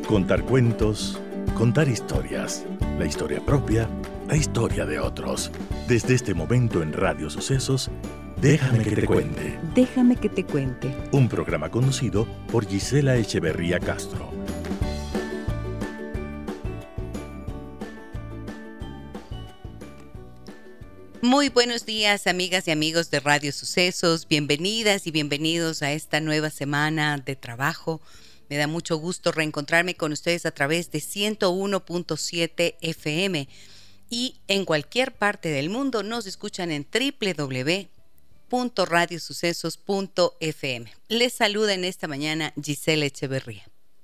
Contar cuentos, contar historias, la historia propia, la historia de otros. Desde este momento en Radio Sucesos, Déjame que te cuente. Déjame que te cuente. Un programa conducido por Gisela Echeverría Castro. Muy buenos días, amigas y amigos de Radio Sucesos. Bienvenidas y bienvenidos a esta nueva semana de trabajo. Me da mucho gusto reencontrarme con ustedes a través de 101.7 FM. Y en cualquier parte del mundo nos escuchan en www.radiosucesos.fm. Les saluda en esta mañana Gisela Echeverría.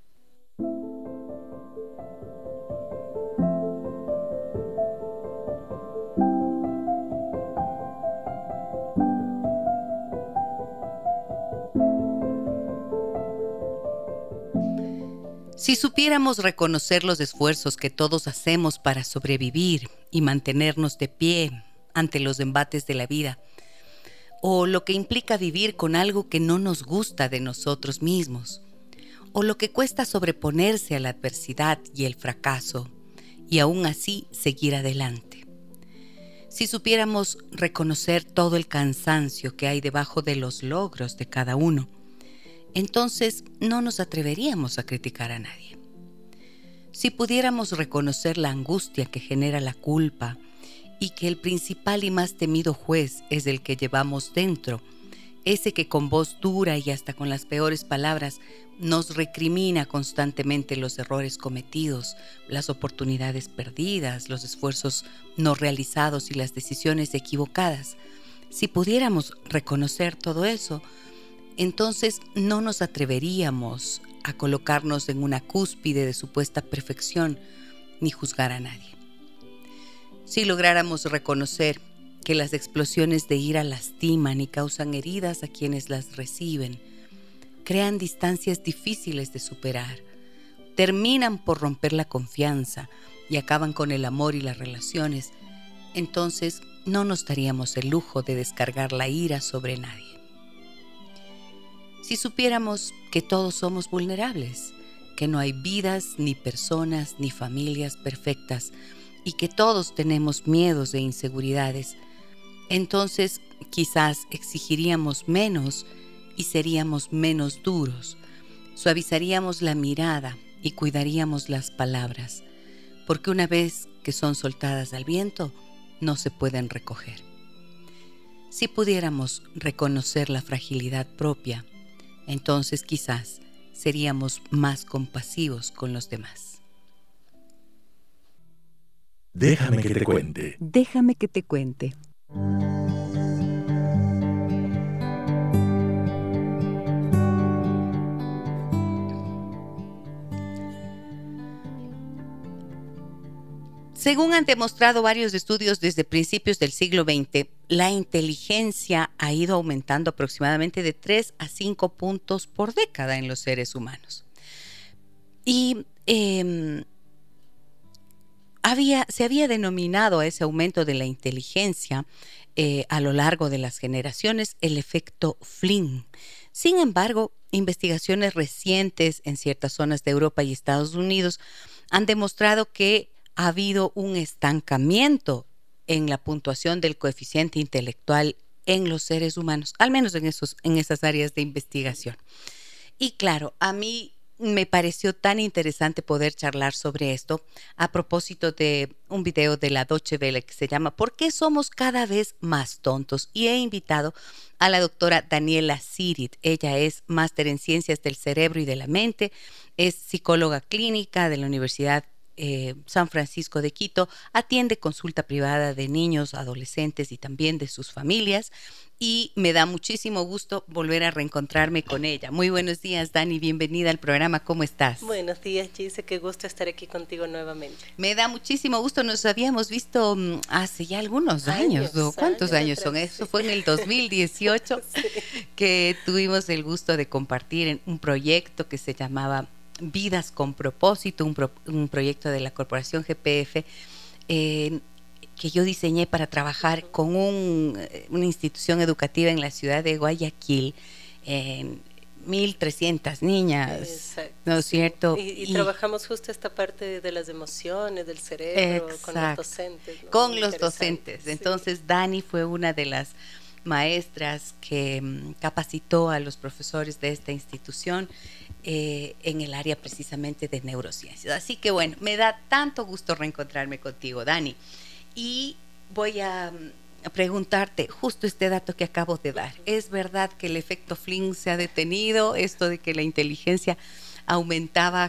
Si supiéramos reconocer los esfuerzos que todos hacemos para sobrevivir y mantenernos de pie ante los embates de la vida, o lo que implica vivir con algo que no nos gusta de nosotros mismos, o lo que cuesta sobreponerse a la adversidad y el fracaso, y aún así seguir adelante. Si supiéramos reconocer todo el cansancio que hay debajo de los logros de cada uno, entonces no nos atreveríamos a criticar a nadie. Si pudiéramos reconocer la angustia que genera la culpa y que el principal y más temido juez es el que llevamos dentro, ese que con voz dura y hasta con las peores palabras nos recrimina constantemente los errores cometidos, las oportunidades perdidas, los esfuerzos no realizados y las decisiones equivocadas, si pudiéramos reconocer todo eso, entonces no nos atreveríamos a colocarnos en una cúspide de supuesta perfección ni juzgar a nadie. Si lográramos reconocer que las explosiones de ira lastiman y causan heridas a quienes las reciben, crean distancias difíciles de superar, terminan por romper la confianza y acaban con el amor y las relaciones, entonces no nos daríamos el lujo de descargar la ira sobre nadie. Si supiéramos que todos somos vulnerables, que no hay vidas, ni personas, ni familias perfectas y que todos tenemos miedos e inseguridades, entonces quizás exigiríamos menos y seríamos menos duros, suavizaríamos la mirada y cuidaríamos las palabras, porque una vez que son soltadas al viento, no se pueden recoger. Si pudiéramos reconocer la fragilidad propia, entonces quizás seríamos más compasivos con los demás. Déjame que te cuente. Déjame que te cuente. Según han demostrado varios estudios desde principios del siglo XX, la inteligencia ha ido aumentando aproximadamente de 3 a 5 puntos por década en los seres humanos. Y se había denominado a ese aumento de la inteligencia a lo largo de las generaciones el efecto Flynn. Sin embargo, investigaciones recientes en ciertas zonas de Europa y Estados Unidos han demostrado que ha habido un estancamiento en la puntuación del coeficiente intelectual en los seres humanos, al menos en esas áreas de investigación. Y claro, a mí me pareció tan interesante poder charlar sobre esto a propósito de un video de la Deutsche Welle que se llama ¿Por qué somos cada vez más tontos? Y he invitado a la doctora Daniela Sirit. Ella es máster en Ciencias del Cerebro y de la Mente, es psicóloga clínica de la Universidad San Francisco de Quito, atiende consulta privada de niños, adolescentes y también de sus familias, y me da muchísimo gusto volver a reencontrarme con ella. Muy buenos días, Dani, bienvenida al programa, ¿cómo estás? Buenos días, Gise, qué gusto estar aquí contigo nuevamente. Me da muchísimo gusto, nos habíamos visto hace ya algunos años, ¿no? ¿Cuántos años son? Eso fue en el 2018 sí. Que tuvimos el gusto de compartir en un proyecto que se llamaba Vidas con Propósito, un proyecto de la Corporación GPF que yo diseñé para trabajar con una institución educativa en la ciudad de Guayaquil, 1.300 niñas, Exacto, ¿no es cierto? Y trabajamos justo esta parte de las emociones, del cerebro, con los docentes, ¿no? Con Muy los docentes. sí. Entonces, Dani fue una de las maestras que capacitó a los profesores de esta institución en el área precisamente de neurociencias. Así que bueno, me da tanto gusto reencontrarme contigo, Dani. Y voy a preguntarte justo este dato que acabo de dar. ¿Es verdad que el efecto Flynn se ha detenido? Esto de que la inteligencia aumentaba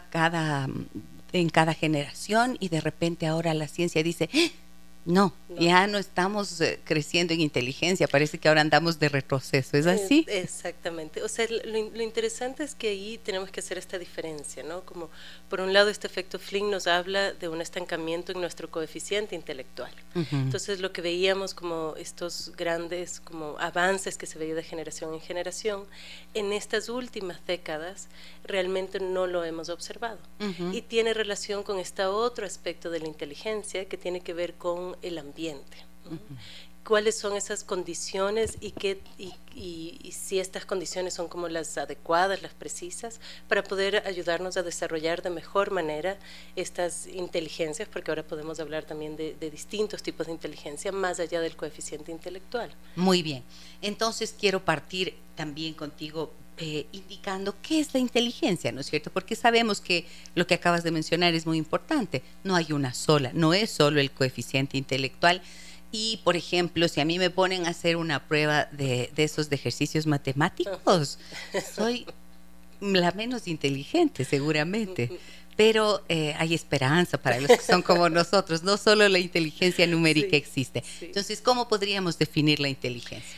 en cada generación y de repente ahora la ciencia dice, no, ya no estamos creciendo en inteligencia, parece que ahora andamos de retroceso, ¿es así? Exactamente, o sea, lo interesante es que ahí tenemos que hacer esta diferencia, ¿no? Como por un lado este efecto Flynn nos habla de un estancamiento en nuestro coeficiente intelectual. Entonces lo que veíamos como estos grandes como avances que se veía de generación en generación, en estas últimas décadas realmente no lo hemos observado. Y tiene relación con este otro aspecto de la inteligencia que tiene que ver con el ambiente. ¿Cuáles son esas condiciones y si estas condiciones son como las adecuadas, las precisas, para poder ayudarnos a desarrollar de mejor manera estas inteligencias? Porque ahora podemos hablar también de distintos tipos de inteligencia más allá del coeficiente intelectual. Muy bien, entonces quiero partir también contigo indicando qué es la inteligencia, ¿no es cierto? Porque sabemos que lo que acabas de mencionar es muy importante, no hay una sola, no es solo el coeficiente intelectual. Y, por ejemplo, si a mí me ponen a hacer una prueba de esos de ejercicios matemáticos, soy la menos inteligente seguramente, pero hay esperanza para los que son como nosotros, no solo la inteligencia numérica existe. Entonces, ¿cómo podríamos definir la inteligencia?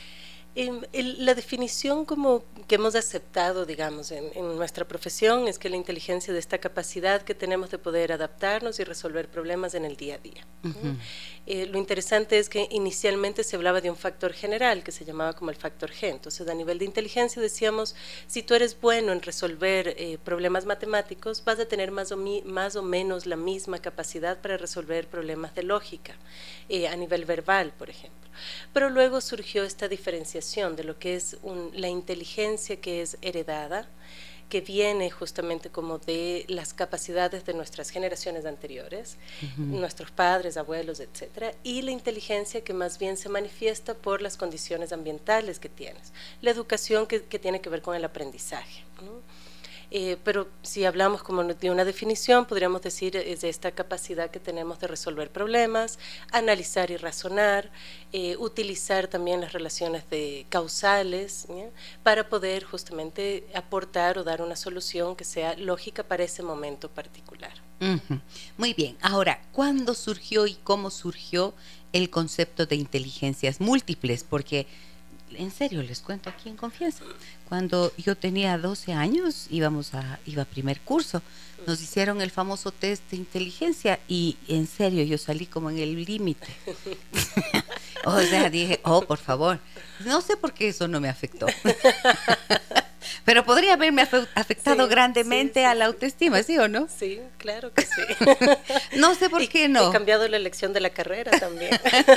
La definición como que hemos aceptado, digamos, en nuestra profesión es que la inteligencia es de esta capacidad que tenemos de poder adaptarnos y resolver problemas en el día a día. Lo interesante es que inicialmente se hablaba de un factor general que se llamaba como el factor G. Entonces, a nivel de inteligencia decíamos, si tú eres bueno en resolver problemas matemáticos, vas a tener más o menos la misma capacidad para resolver problemas de lógica, a nivel verbal, por ejemplo. Pero luego surgió esta diferenciación de lo que es la inteligencia que es heredada, que viene justamente como de las capacidades de nuestras generaciones anteriores, nuestros padres, abuelos, etcétera, y la inteligencia que más bien se manifiesta por las condiciones ambientales que tienes, la educación que tiene que ver con el aprendizaje, ¿no? Pero si hablamos como de una definición, podríamos decir es de esta capacidad que tenemos de resolver problemas, analizar y razonar, utilizar también las relaciones causales, ¿ya? Para poder justamente aportar o dar una solución que sea lógica para ese momento particular. Muy bien, ahora, ¿cuándo surgió y cómo surgió el concepto de inteligencias múltiples? Porque en serio, les cuento aquí en confianza. Cuando yo tenía 12 años, iba a primer curso, nos hicieron el famoso test de inteligencia y en serio, yo salí como en el límite. O sea, dije, por favor, no sé por qué eso no me afectó. Pero podría haberme afectado grandemente a la autoestima, ¿sí o no? Sí, claro que sí. No sé por qué no. He cambiado la elección de la carrera también.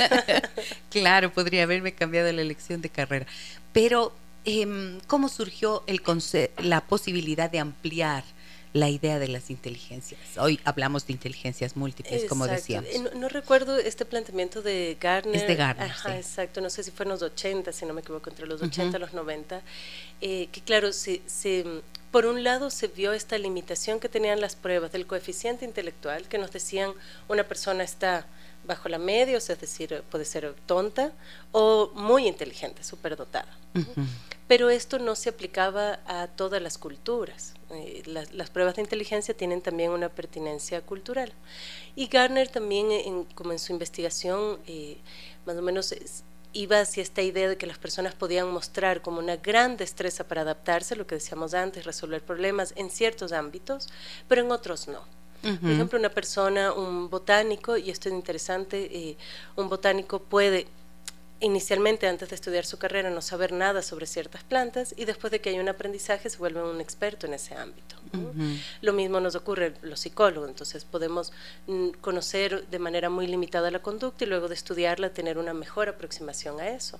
Claro, podría haberme cambiado la elección de carrera. Pero, ¿cómo surgió la posibilidad de ampliar la idea de las inteligencias? Hoy hablamos de inteligencias múltiples, como decíamos. No recuerdo este planteamiento de Gardner. Es de Gardner, Ajá, exacto. No sé si fue en los 80, si no me equivoco, entre los 80 y los 90. Que claro, por un lado se vio esta limitación que tenían las pruebas del coeficiente intelectual, que nos decían una persona está bajo la media, o sea, es decir, puede ser tonta o muy inteligente, superdotada. Pero esto no se aplicaba a todas las culturas. Las pruebas de inteligencia tienen también una pertinencia cultural. Y Gardner también, como en su investigación, más o menos iba hacia esta idea de que las personas podían mostrar como una gran destreza para adaptarse, lo que decíamos antes, resolver problemas en ciertos ámbitos, pero en otros no. Por ejemplo, una persona, un botánico, y esto es interesante, un botánico puede inicialmente, antes de estudiar su carrera, no saber nada sobre ciertas plantas y después de que hay un aprendizaje se vuelve un experto en ese ámbito, ¿no? Lo mismo nos ocurre a los psicólogos, entonces podemos conocer de manera muy limitada la conducta y luego de estudiarla tener una mejor aproximación a eso.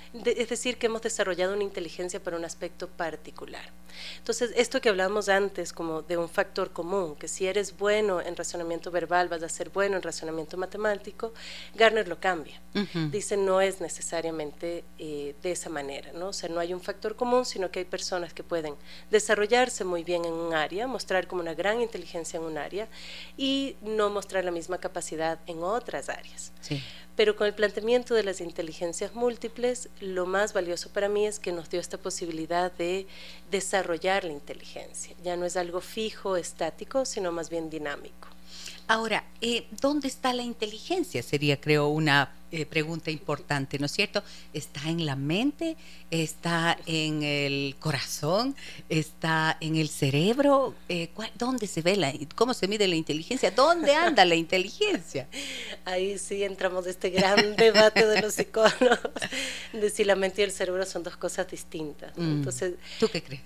Es decir, que hemos desarrollado una inteligencia para un aspecto particular. Entonces, esto que hablábamos antes como de un factor común, que si eres bueno en razonamiento verbal vas a ser bueno en razonamiento matemático, Gardner lo cambia. Dice, no es necesariamente de esa manera, ¿no? O sea, no hay un factor común, sino que hay personas que pueden desarrollarse muy bien en un área, mostrar como una gran inteligencia en un área y no mostrar la misma capacidad en otras áreas. Sí. Pero con el planteamiento de las inteligencias múltiples, lo más valioso para mí es que nos dio esta posibilidad de desarrollar la inteligencia. Ya no es algo fijo, estático, sino más bien dinámico. Ahora, ¿dónde está la inteligencia? Sería, creo, una pregunta importante, ¿no es cierto? ¿Está en la mente? ¿Está en el corazón? ¿Está en el cerebro? ¿Dónde se ve cómo se mide la inteligencia? ¿Dónde anda la inteligencia? Ahí sí entramos en este gran debate de los psicólogos, de si la mente y el cerebro son dos cosas distintas. Entonces, ¿tú qué crees?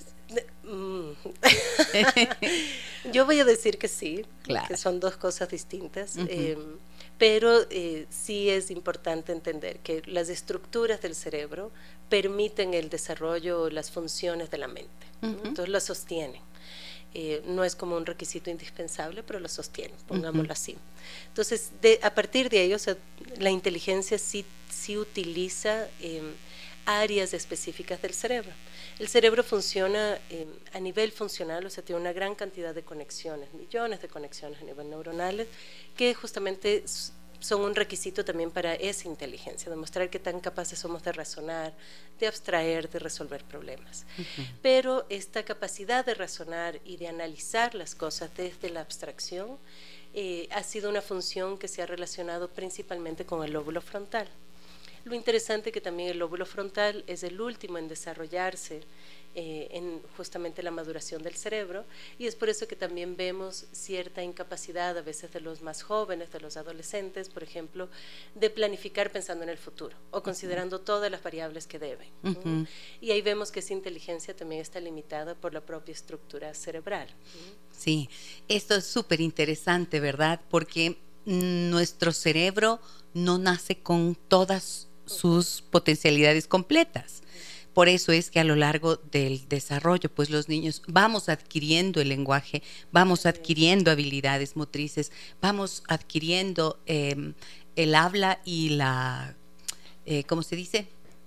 Yo voy a decir que sí, claro, que son dos cosas distintas, pero sí es importante entender que las estructuras del cerebro permiten el desarrollo, las funciones de la mente, entonces las sostienen. No es como un requisito indispensable, pero lo sostienen, pongámoslo así. Entonces, a partir de ello, o sea, la inteligencia sí utiliza áreas específicas del cerebro. El cerebro funciona a nivel funcional, o sea, tiene una gran cantidad de conexiones, millones de conexiones a nivel neuronales, que justamente son un requisito también para esa inteligencia, demostrar qué tan capaces somos de razonar, de abstraer, de resolver problemas. Pero esta capacidad de razonar y de analizar las cosas desde la abstracción ha sido una función que se ha relacionado principalmente con el lóbulo frontal. Lo interesante es que también el lóbulo frontal es el último en desarrollarse en justamente la maduración del cerebro, y es por eso que también vemos cierta incapacidad a veces de los más jóvenes, de los adolescentes, por ejemplo, de planificar pensando en el futuro o considerando todas las variables que deben. Y ahí vemos que esa inteligencia también está limitada por la propia estructura cerebral. Sí, esto es súper interesante, ¿verdad? Porque nuestro cerebro no nace con todas sus potencialidades completas. Por eso es que a lo largo del desarrollo, pues los niños vamos adquiriendo el lenguaje, vamos adquiriendo habilidades motrices, vamos adquiriendo el habla y la, ¿cómo se dice?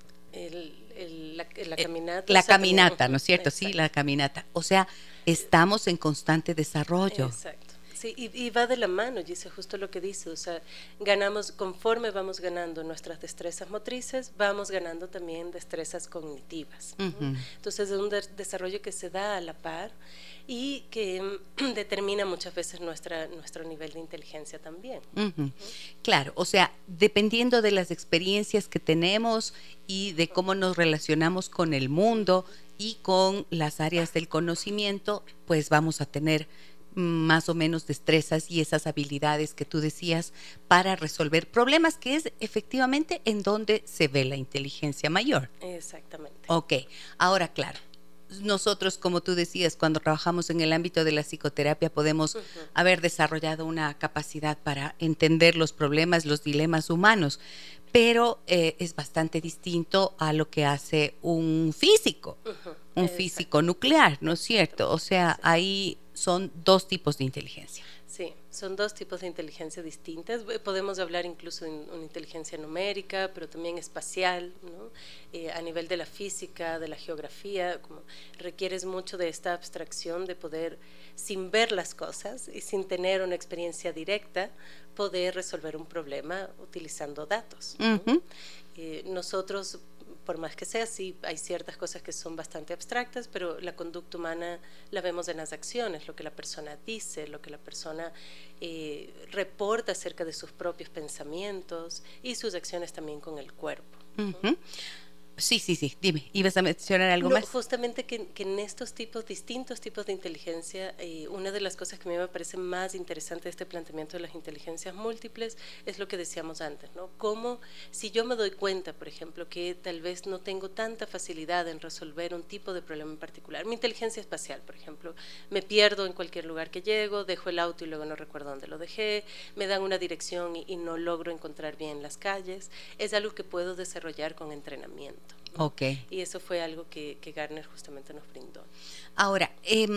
La caminata. La caminata, ¿no es cierto? Exacto. Sí, la caminata. O sea, estamos en constante desarrollo. Exacto. Sí, y va de la mano, dice justo lo que dice, o sea, ganamos, conforme vamos ganando nuestras destrezas motrices, vamos ganando también destrezas cognitivas. Entonces es un desarrollo que se da a la par y que determina muchas veces nuestro nivel de inteligencia también. Claro, o sea, dependiendo de las experiencias que tenemos y de cómo nos relacionamos con el mundo y con las áreas del conocimiento, pues vamos a tener más o menos destrezas y esas habilidades que tú decías para resolver problemas, que es efectivamente en donde se ve la inteligencia mayor. Exactamente. Ok, ahora claro, nosotros, como tú decías, cuando trabajamos en el ámbito de la psicoterapia podemos haber desarrollado una capacidad para entender los problemas, los dilemas humanos, pero es bastante distinto a lo que hace un físico, un físico nuclear, ¿no es cierto? O sea, ahí son dos tipos de inteligencia. Sí, son dos tipos de inteligencia distintas. Podemos hablar incluso de una inteligencia numérica, pero también espacial, ¿no? A nivel de la física, de la geografía, como requieres mucho de esta abstracción de poder, sin ver las cosas y sin tener una experiencia directa, poder resolver un problema utilizando datos, ¿no? Nosotros, por más que sea así, hay ciertas cosas que son bastante abstractas, pero la conducta humana la vemos en las acciones, lo que la persona dice, lo que la persona reporta acerca de sus propios pensamientos y sus acciones también con el cuerpo. Sí, dime, ¿ibas a mencionar algo más? Justamente que en estos distintos tipos de inteligencia, una de las cosas que a mí me parece más interesante de este planteamiento de las inteligencias múltiples es lo que decíamos antes, ¿no? Cómo si yo me doy cuenta, por ejemplo, que tal vez no tengo tanta facilidad en resolver un tipo de problema en particular, mi inteligencia espacial, por ejemplo, me pierdo en cualquier lugar que llego, dejo el auto y luego no recuerdo dónde lo dejé, me dan una dirección y no logro encontrar bien las calles, es algo que puedo desarrollar con entrenamiento. ¿no? Okay. Y eso fue algo que Gartner justamente nos brindó. Ahora,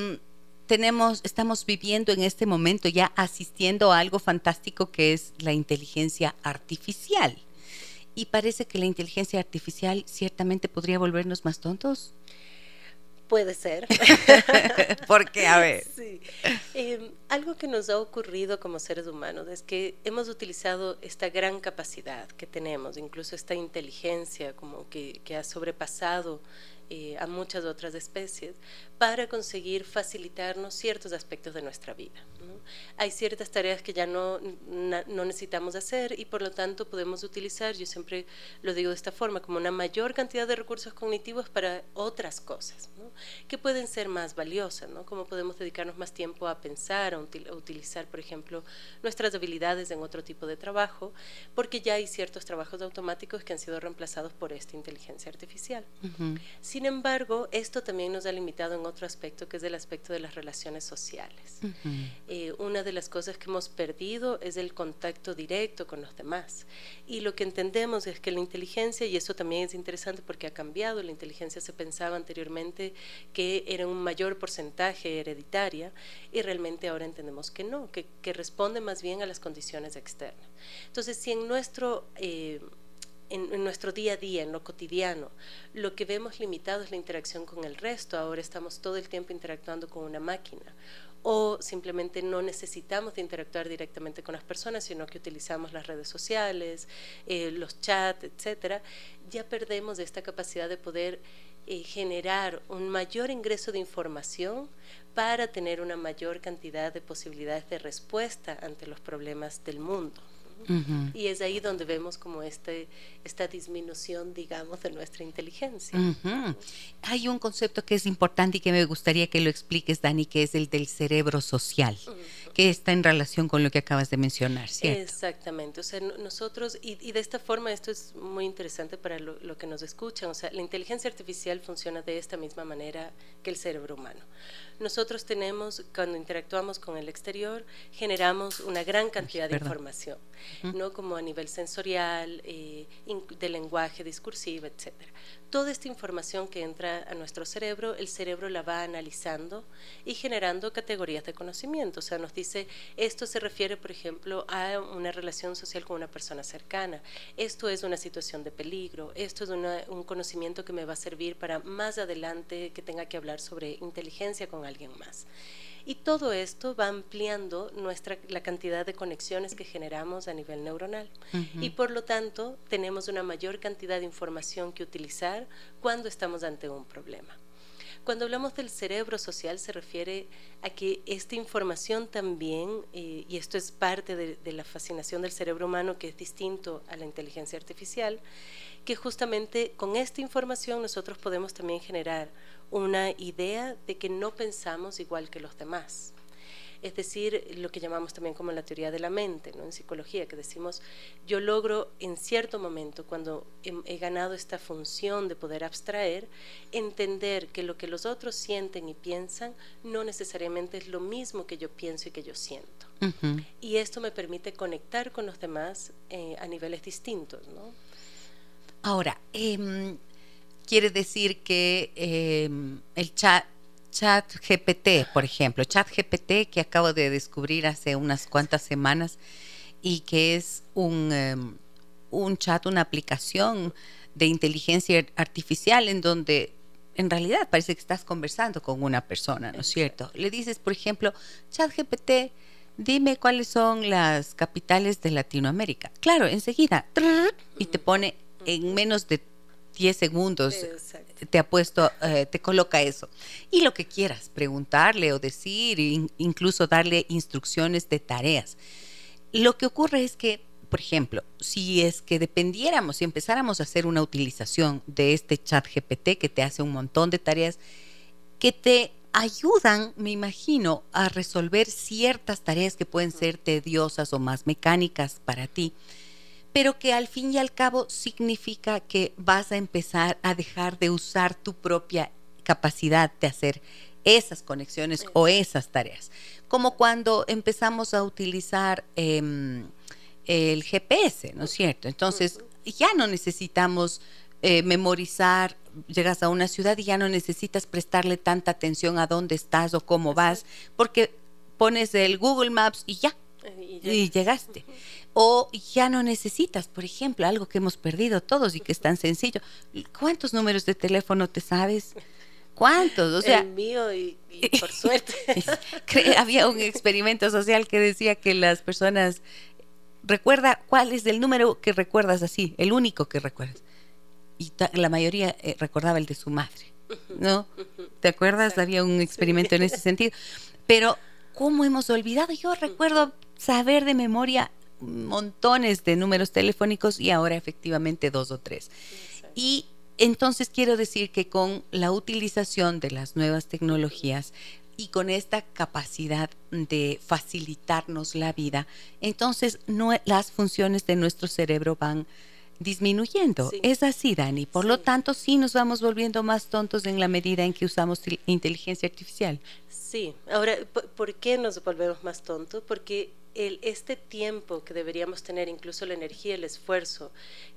estamos viviendo en este momento ya asistiendo a algo fantástico que es la inteligencia artificial. Y parece que la inteligencia artificial ciertamente podría volvernos más tontos. Puede ser. ¿Por qué? A ver. Sí. Algo que nos ha ocurrido como seres humanos es que hemos utilizado esta gran capacidad que tenemos, incluso esta inteligencia como que ha sobrepasado a muchas otras especies, para conseguir facilitarnos ciertos aspectos de nuestra vida, ¿no? Hay ciertas tareas que ya no necesitamos hacer y por lo tanto podemos utilizar, yo siempre lo digo de esta forma, como una mayor cantidad de recursos cognitivos para otras cosas, ¿no? Que pueden ser más valiosas, ¿no? Como podemos dedicarnos más tiempo a pensar, a utilizar, por ejemplo, nuestras habilidades en otro tipo de trabajo, porque ya hay ciertos trabajos automáticos que han sido reemplazados por esta inteligencia artificial. Uh-huh. Sin embargo, esto también nos ha limitado en otro aspecto, que es el aspecto de las relaciones sociales. Uh-huh. Una de las cosas que hemos perdido es el contacto directo con los demás. Y lo que entendemos es que la inteligencia, y eso también es interesante porque ha cambiado, la inteligencia se pensaba anteriormente que era un mayor porcentaje hereditaria, y realmente ahora entendemos que no, que responde más bien a las condiciones externas. Entonces, si en nuestro día a día, en lo cotidiano, lo que vemos limitado es la interacción con el resto, ahora estamos todo el tiempo interactuando con una máquina, o simplemente no necesitamos de interactuar directamente con las personas, sino que utilizamos las redes sociales, los chats, etcétera, ya perdemos esta capacidad de poder generar un mayor ingreso de información para tener una mayor cantidad de posibilidades de respuesta ante los problemas del mundo. Uh-huh. Y es ahí donde vemos como esta disminución, digamos, de nuestra inteligencia. Uh-huh. Hay un concepto que es importante y que me gustaría que lo expliques, Dani, que es el del cerebro social, que está en relación con lo que acabas de mencionar, ¿cierto? Exactamente, o sea, nosotros, y de esta forma esto es muy interesante para lo que nos escuchan, o sea, la inteligencia artificial funciona de esta misma manera que el cerebro humano. Nosotros tenemos, cuando interactuamos con el exterior, generamos una gran cantidad de información, ¿no? Como a nivel sensorial, de lenguaje discursivo, etcétera. Toda esta información que entra a nuestro cerebro, el cerebro la va analizando y generando categorías de conocimiento. O sea, nos dice, esto se refiere, por ejemplo, a una relación social con una persona cercana. Esto es una situación de peligro. Esto es un conocimiento que me va a servir para más adelante que tenga que hablar sobre inteligencia con alguien más. Y todo esto va ampliando la cantidad de conexiones que generamos a nivel neuronal. Uh-huh. Y por lo tanto, tenemos una mayor cantidad de información que utilizar cuando estamos ante un problema. Cuando hablamos del cerebro social, se refiere a que esta información también, y esto es parte de la fascinación del cerebro humano, que es distinto a la inteligencia artificial, que justamente con esta información nosotros podemos también generar una idea de que no pensamos igual que los demás. Es decir, lo que llamamos también como la teoría de la mente, ¿no? En psicología, que decimos, yo logro en cierto momento, cuando he ganado esta función de poder abstraer, entender que lo que los otros sienten y piensan no necesariamente es lo mismo que yo pienso y que yo siento. Uh-huh. Y esto me permite conectar con los demás a niveles distintos, ¿no? Ahora, quiere decir que el ChatGPT, por ejemplo, ChatGPT, que acabo de descubrir hace unas cuantas semanas y que es un chat, una aplicación de inteligencia artificial en donde en realidad parece que estás conversando con una persona, ¿no es cierto? Le dices, por ejemplo, ChatGPT, dime cuáles son las capitales de Latinoamérica. Claro, enseguida, y te pone en menos de 10 segundos. Exacto. Te coloca eso. Y lo que quieras, preguntarle o decir, incluso darle instrucciones de tareas. Lo que ocurre es que, por ejemplo, si es que dependiéramos, si empezáramos a hacer una utilización de este chat GPT que te hace un montón de tareas, que te ayudan, me imagino, a resolver ciertas tareas que pueden ser tediosas o más mecánicas para ti, pero que al fin y al cabo significa que vas a empezar a dejar de usar tu propia capacidad de hacer esas conexiones o esas tareas. Como cuando empezamos a utilizar el GPS, ¿no es cierto? Entonces ya no necesitamos memorizar, llegas a una ciudad y ya no necesitas prestarle tanta atención a dónde estás o cómo vas, porque pones el Google Maps y ya, y llegaste. O ya no necesitas, por ejemplo, algo que hemos perdido todos y que es tan sencillo. ¿Cuántos números de teléfono te sabes? ¿Cuántos? O sea, el mío y por suerte. Había un experimento social que decía que las personas recuerda cuál es el número que recuerdas así, el único que recuerdas. Y la mayoría recordaba el de su madre, ¿no? ¿Te acuerdas? Exacto. Había un experimento en ese sentido. Pero, ¿cómo hemos olvidado? Yo recuerdo saber de memoria montones de números telefónicos y ahora efectivamente 2 o 3. Exacto. Y entonces quiero decir que con la utilización de las nuevas tecnologías y con esta capacidad de facilitarnos la vida, entonces las funciones de nuestro cerebro van disminuyendo. Sí. Es así, Dani. Por lo tanto, sí nos vamos volviendo más tontos en la medida en que usamos inteligencia artificial. Sí. Ahora, ¿por qué nos volvemos más tontos? Porque este tiempo que deberíamos tener, incluso la energía, el esfuerzo,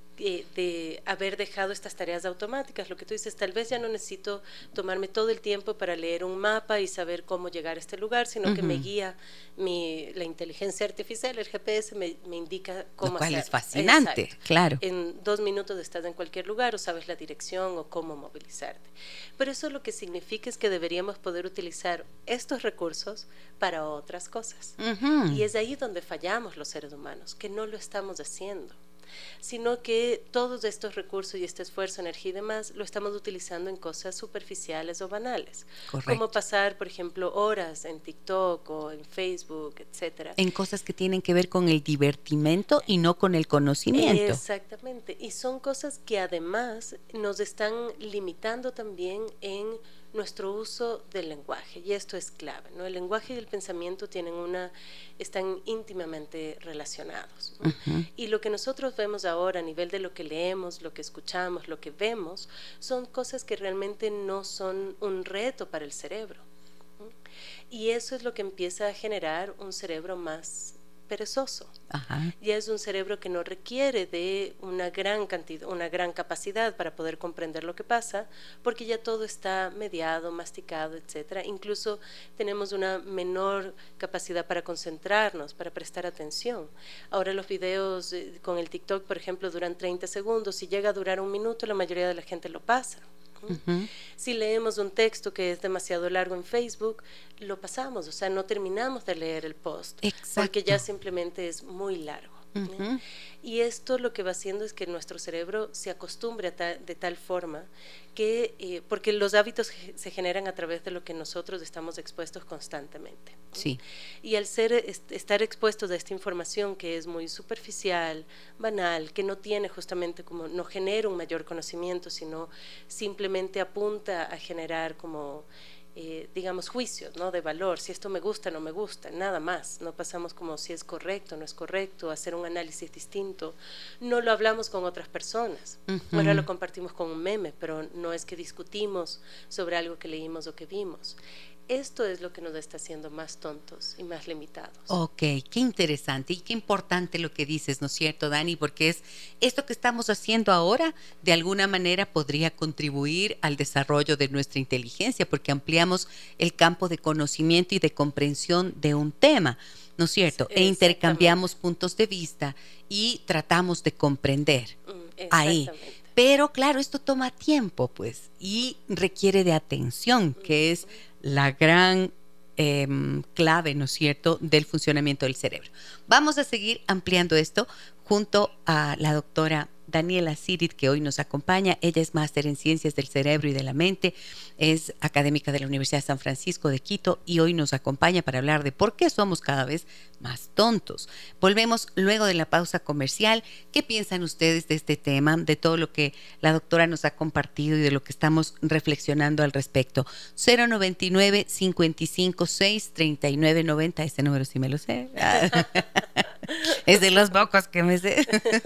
de haber dejado estas tareas automáticas, lo que tú dices, tal vez ya no necesito tomarme todo el tiempo para leer un mapa y saber cómo llegar a este lugar, sino que me guía la inteligencia artificial, el GPS me indica cómo hacerlo. Lo cual es fascinante. Exacto. Claro. En 2 minutos estás en cualquier lugar o sabes la dirección o cómo movilizarte. Pero eso lo que significa es que deberíamos poder utilizar estos recursos para otras cosas. Y es ahí donde fallamos los seres humanos, que no lo estamos haciendo, sino que todos estos recursos y este esfuerzo, energía y demás, lo estamos utilizando en cosas superficiales o banales. Correcto. Como pasar, por ejemplo, horas en TikTok o en Facebook, etcétera. En cosas que tienen que ver con el divertimento y no con el conocimiento. Exactamente. Y son cosas que además nos están limitando también en nuestro uso del lenguaje, y esto es clave, ¿no? El lenguaje y el pensamiento están íntimamente relacionados, ¿no? Y lo que nosotros vemos ahora a nivel de lo que leemos, lo que escuchamos, lo que vemos, son cosas que realmente no son un reto para el cerebro, ¿no? Y eso es lo que empieza a generar un cerebro más perezoso. Ya es un cerebro que no requiere de una gran capacidad para poder comprender lo que pasa, porque ya todo está mediado, masticado, etcétera. Incluso tenemos una menor capacidad para concentrarnos, para prestar atención. Ahora los videos con el TikTok, por ejemplo, duran 30 segundos. Si llega a durar 1 minuto, la mayoría de la gente lo pasa. Si leemos un texto que es demasiado largo en Facebook, lo pasamos, o sea, no terminamos de leer el post. Exacto. Porque ya simplemente es muy largo. Y esto lo que va haciendo es que nuestro cerebro se acostumbre de tal forma que, porque los hábitos se generan a través de lo que nosotros estamos expuestos constantemente. Sí. Y al estar expuestos a esta información que es muy superficial, banal, que no tiene justamente como, no genera un mayor conocimiento, sino simplemente apunta a generar como digamos juicios, ¿no? De valor, si esto me gusta, no me gusta, nada más. No pasamos como si es correcto, no es correcto, hacer un análisis distinto. No lo hablamos con otras personas. Ahora lo compartimos con un meme, pero no es que discutimos sobre algo que leímos o que vimos. Esto es lo que nos está haciendo más tontos y más limitados. Ok, qué interesante y qué importante lo que dices, ¿no es cierto, Dani? Porque es esto que estamos haciendo ahora, de alguna manera podría contribuir al desarrollo de nuestra inteligencia, porque ampliamos el campo de conocimiento y de comprensión de un tema, ¿no es cierto? E intercambiamos puntos de vista y tratamos de comprender ahí. Pero claro, esto toma tiempo, pues, y requiere de atención, que es la gran clave, ¿no es cierto?, del funcionamiento del cerebro. Vamos a seguir ampliando esto junto a la doctora Daniela Sirit, que hoy nos acompaña. Ella es máster en Ciencias del Cerebro y de la Mente, es académica de la Universidad de San Francisco de Quito y hoy nos acompaña para hablar de por qué somos cada vez más tontos. Volvemos luego de la pausa comercial. ¿Qué piensan ustedes de este tema, de todo lo que la doctora nos ha compartido y de lo que estamos reflexionando al respecto? 099-556-3990, ese número sí me lo sé. Es de los pocos que me sé.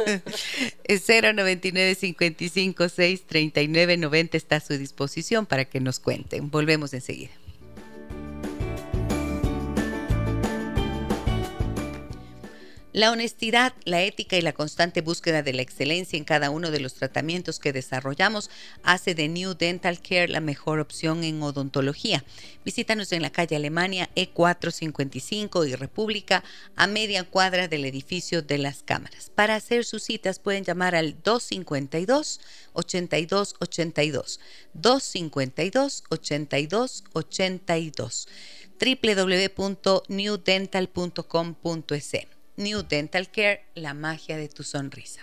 099-556-3990 está a su disposición para que nos cuenten. Volvemos enseguida. La honestidad, la ética y la constante búsqueda de la excelencia en cada uno de los tratamientos que desarrollamos hace de New Dental Care la mejor opción en odontología. Visítanos en la calle Alemania E455 y República, a media cuadra del edificio de las Cámaras. Para hacer sus citas pueden llamar al 252-8282, 252-8282, www.newdental.com.es. New Dental Care, la magia de tu sonrisa.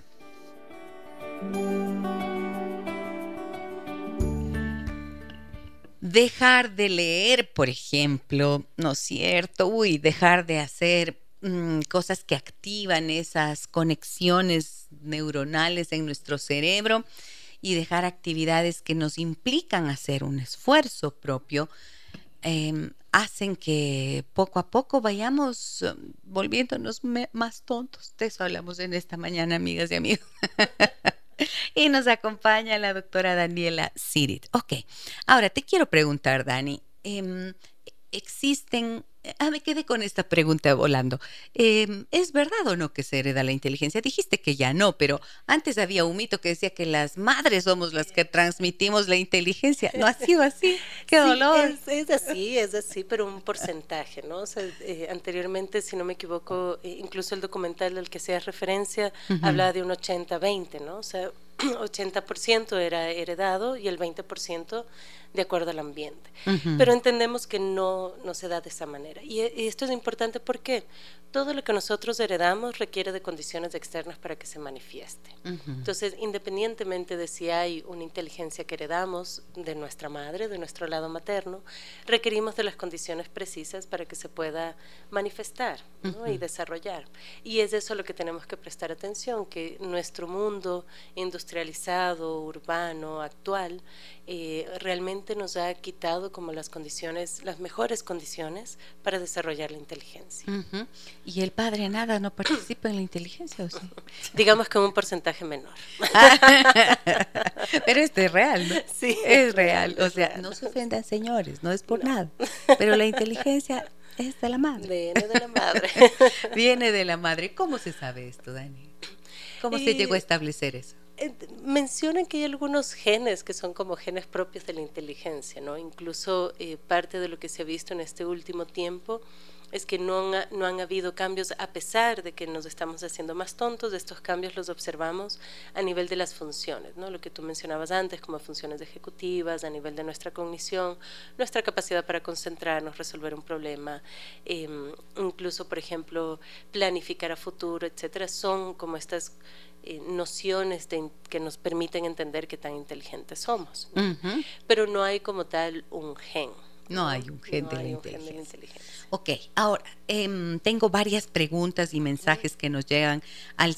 Dejar de leer, por ejemplo, ¿no es cierto? Dejar de hacer cosas que activan esas conexiones neuronales en nuestro cerebro y dejar actividades que nos implican hacer un esfuerzo propio, hacen que poco a poco vayamos volviéndonos más tontos. De eso hablamos en esta mañana, amigas y amigos. Y nos acompaña la doctora Daniela Sirit. Ok, ahora te quiero preguntar, Dani, existen... me quedé con esta pregunta volando. ¿Es verdad o no que se hereda la inteligencia? Dijiste que ya no, pero antes había un mito que decía que las madres somos las que transmitimos la inteligencia. ¿No ha sido así? ¡Qué dolor! Es así, pero un porcentaje, ¿no? O sea, anteriormente, si no me equivoco, incluso el documental al que hacías referencia hablaba de un 80-20, ¿no? O sea, 80% era heredado y el 20% de acuerdo al ambiente. Pero entendemos que no se da de esa manera. Y esto es importante porque todo lo que nosotros heredamos requiere de condiciones externas para que se manifieste. Entonces, independientemente de si hay una inteligencia que heredamos de nuestra madre, de nuestro lado materno, requerimos de las condiciones precisas para que se pueda manifestar, ¿no? Y desarrollar. Y es eso a lo que tenemos que prestar atención, que nuestro mundo industrializado, urbano, actual, realmente nos ha quitado como las mejores condiciones para desarrollar la inteligencia. ¿Y el padre nada no participa en la inteligencia o sí? Digamos que un porcentaje menor. Pero esto es real, ¿no? Sí. Es real. O sea, no se ofendan, señores, no es por nada. Pero la inteligencia es de la madre. Viene de la madre. Viene de la madre. ¿Cómo se sabe esto, Dani? ¿Cómo se llegó a establecer eso? Mencionan que hay algunos genes que son como genes propios de la inteligencia, ¿no? Incluso parte de lo que se ha visto en este último tiempo es que no han habido cambios, a pesar de que nos estamos haciendo más tontos. Estos cambios los observamos a nivel de las funciones, ¿no? Lo que tú mencionabas antes, como funciones ejecutivas, a nivel de nuestra cognición, nuestra capacidad para concentrarnos, resolver un problema, incluso, por ejemplo, planificar a futuro, etcétera. Son como estas nociones que nos permiten entender qué tan inteligentes somos, ¿no? Pero no hay como tal un gen. No hay un gen de la inteligencia. Ok, ahora, tengo varias preguntas y mensajes que nos llegan al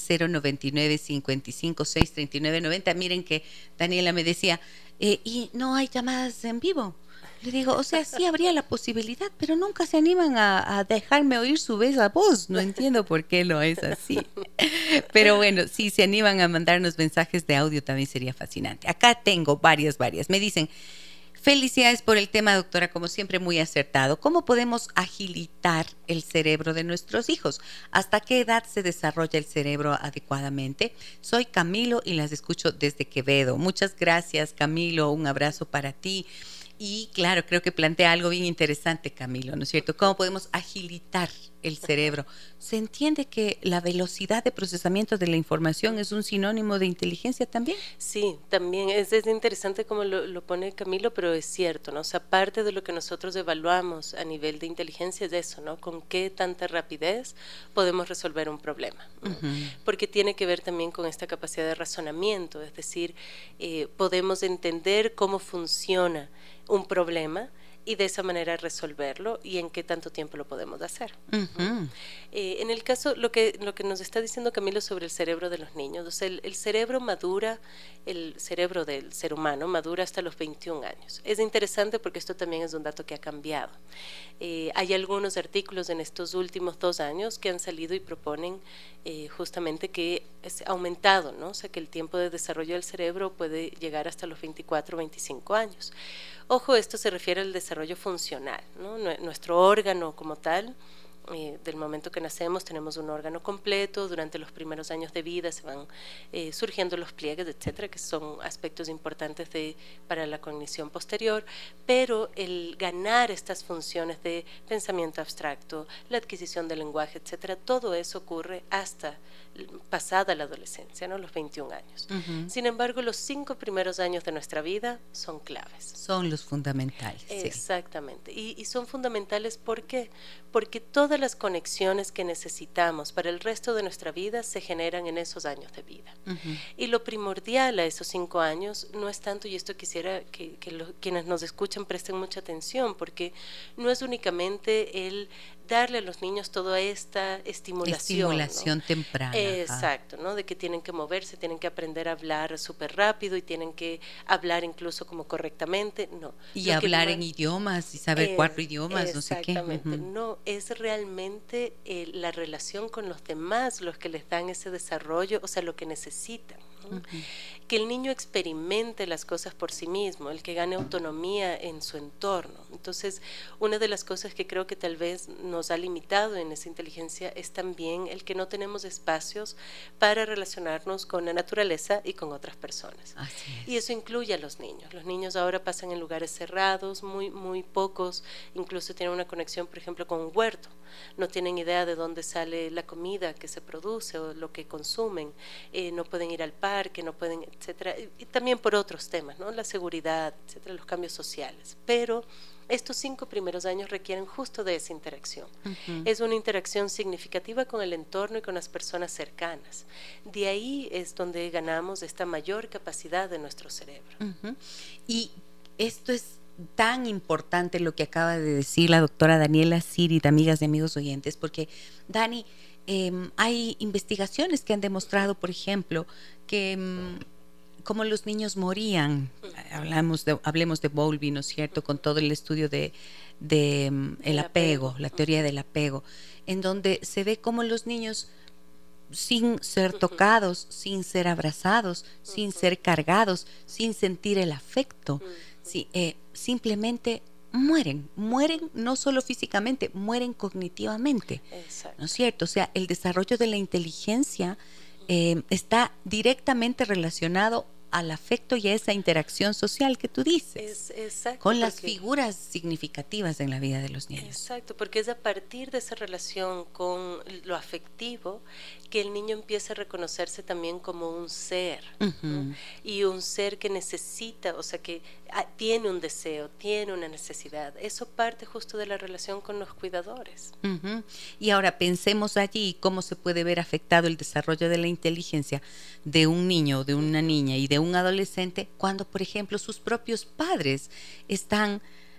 099-556-3990. Miren que Daniela me decía, ¿y no hay llamadas en vivo? Le digo, o sea, sí habría la posibilidad, pero nunca se animan a dejarme oír su bella voz. No entiendo por qué no es así. Pero bueno, si se animan a mandarnos mensajes de audio también sería fascinante. Acá tengo varias. Me dicen... Felicidades por el tema, doctora, como siempre muy acertado. ¿Cómo podemos agilitar el cerebro de nuestros hijos? ¿Hasta qué edad se desarrolla el cerebro adecuadamente? Soy Camilo y las escucho desde Quevedo. Muchas gracias, Camilo. Un abrazo para ti. Y claro, creo que plantea algo bien interesante, Camilo, ¿no es cierto? ¿Cómo podemos agilitar el cerebro? ¿Se entiende que la velocidad de procesamiento de la información es un sinónimo de inteligencia también? Sí, también es interesante como lo pone Camilo, pero es cierto, ¿no? O sea, parte de lo que nosotros evaluamos a nivel de inteligencia es eso, ¿no? Con qué tanta rapidez podemos resolver un problema, ¿no? Porque tiene que ver también con esta capacidad de razonamiento, es decir, podemos entender cómo funciona un problema y de esa manera resolverlo y en qué tanto tiempo lo podemos hacer. En el caso, lo que nos está diciendo Camilo sobre el cerebro de los niños, o sea, el cerebro madura, el cerebro del ser humano madura hasta los 21 años. Es interesante porque esto también es un dato que ha cambiado. Hay algunos artículos en estos últimos 2 años que han salido y proponen justamente que es aumentado, ¿no? O sea, que el tiempo de desarrollo del cerebro puede llegar hasta los 24 o 25 años. Ojo, esto se refiere al desarrollo funcional, ¿no? Nuestro órgano como tal Del momento que nacemos tenemos un órgano completo, durante los primeros años de vida se van surgiendo los pliegues, etcétera, que son aspectos importantes para la cognición posterior, pero el ganar estas funciones de pensamiento abstracto, la adquisición del lenguaje, etcétera, todo eso ocurre hasta pasada la adolescencia, ¿no? Los 21 años. Sin embargo, los 5 primeros años de nuestra vida son claves. Son los fundamentales. Exactamente. Y son fundamentales, ¿por qué? Porque todas las conexiones que necesitamos para el resto de nuestra vida se generan en esos años de vida. Y lo primordial a esos 5 años no es tanto, y esto quisiera que quienes nos escuchan presten mucha atención, porque no es únicamente el darle a los niños toda esta estimulación, ¿no? Temprana. Exacto, ¿no? De que tienen que moverse, tienen que aprender a hablar súper rápido y tienen que hablar incluso como correctamente, no. Y hablar en idiomas y saber 4 idiomas, no sé qué. Exactamente, no, es realmente la relación con los demás los que les dan ese desarrollo, o sea, lo que necesitan, ¿no? Que el niño experimente las cosas por sí mismo, el que gane autonomía en su entorno. Entonces, una de las cosas que creo que tal vez nos ha limitado en esa inteligencia es también el que no tenemos espacios para relacionarnos con la naturaleza y con otras personas. Así es. Y eso incluye a los niños. Los niños ahora pasan en lugares cerrados, muy pocos, incluso tienen una conexión, por ejemplo, con un huerto. No tienen idea de dónde sale la comida que se produce o lo que consumen. No pueden ir al parque, no pueden, etcétera, y también por otros temas, ¿no? La seguridad, etcétera, los cambios sociales. Pero estos 5 primeros años requieren justo de esa interacción. Es una interacción significativa con el entorno y con las personas cercanas. De ahí es donde ganamos esta mayor capacidad de nuestro cerebro. Y esto es tan importante lo que acaba de decir la doctora Daniela Sirit, amigas y amigos oyentes, porque Dani, hay investigaciones que han demostrado, por ejemplo, que como los niños morían, hablemos de Bowlby, ¿no es cierto?, con todo el estudio de el apego, la teoría del apego, en donde se ve cómo los niños, sin ser tocados, sin ser abrazados, sin ser cargados, sin sentir el afecto, simplemente mueren no solo físicamente, mueren cognitivamente. Exacto. ¿No es cierto? O sea, el desarrollo de la inteligencia está directamente relacionado al afecto y a esa interacción social que tú dices, Exacto, con las figuras significativas en la vida de los niños. Exacto, porque es a partir de esa relación con lo afectivo que el niño empieza a reconocerse también como un ser, ¿no? Y un ser que necesita, o sea, que tiene un deseo, tiene una necesidad. Eso parte justo de la relación con los cuidadores. Y ahora pensemos allí cómo se puede ver afectado el desarrollo de la inteligencia de un niño, de una niña y de un adolescente cuando, por ejemplo, sus propios padres están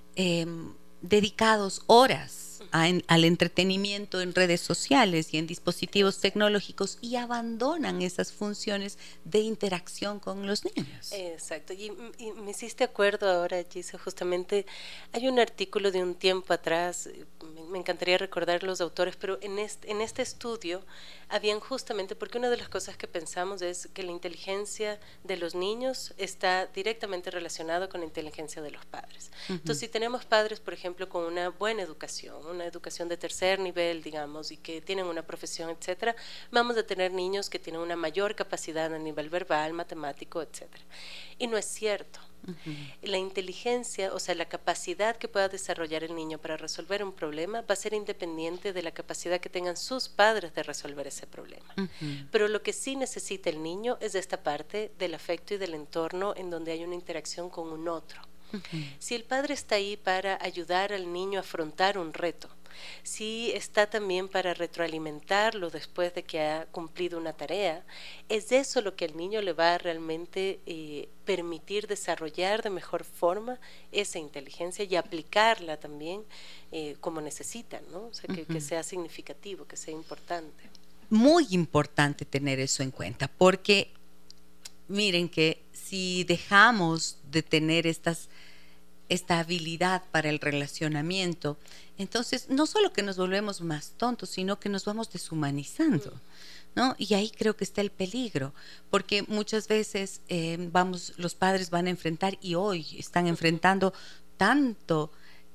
dedicados horas al entretenimiento en redes sociales y en dispositivos tecnológicos y abandonan esas funciones de interacción con los niños. Exacto, y me hiciste acuerdo ahora, Gise, justamente hay un artículo de un tiempo atrás, me encantaría recordar los autores, pero en este estudio habían justamente, porque una de las cosas que pensamos es que la inteligencia de los niños está directamente relacionada con la inteligencia de los padres. Entonces, si tenemos padres, por ejemplo, con una buena educación, una educación de tercer nivel, digamos, y que tienen una profesión, etcétera, vamos a tener niños que tienen una mayor capacidad a nivel verbal, matemático, etcétera. Y no es cierto. La inteligencia, o sea, la capacidad que pueda desarrollar el niño para resolver un problema va a ser independiente de la capacidad que tengan sus padres de resolver ese problema. Pero lo que sí necesita el niño es esta parte del afecto y del entorno en donde hay una interacción con un otro. Si el padre está ahí para ayudar al niño a afrontar un reto, si está también para retroalimentarlo después de que ha cumplido una tarea, es eso lo que al niño le va a realmente permitir desarrollar de mejor forma esa inteligencia y aplicarla también como necesitan, ¿no? O sea, que sea significativo, que sea importante. Muy importante tener eso en cuenta, porque miren que si dejamos de tener esta habilidad para el relacionamiento, entonces no solo que nos volvemos más tontos, sino que nos vamos deshumanizando, ¿no? Y ahí creo que está el peligro, porque muchas veces los padres van a enfrentar y hoy están enfrentando tanto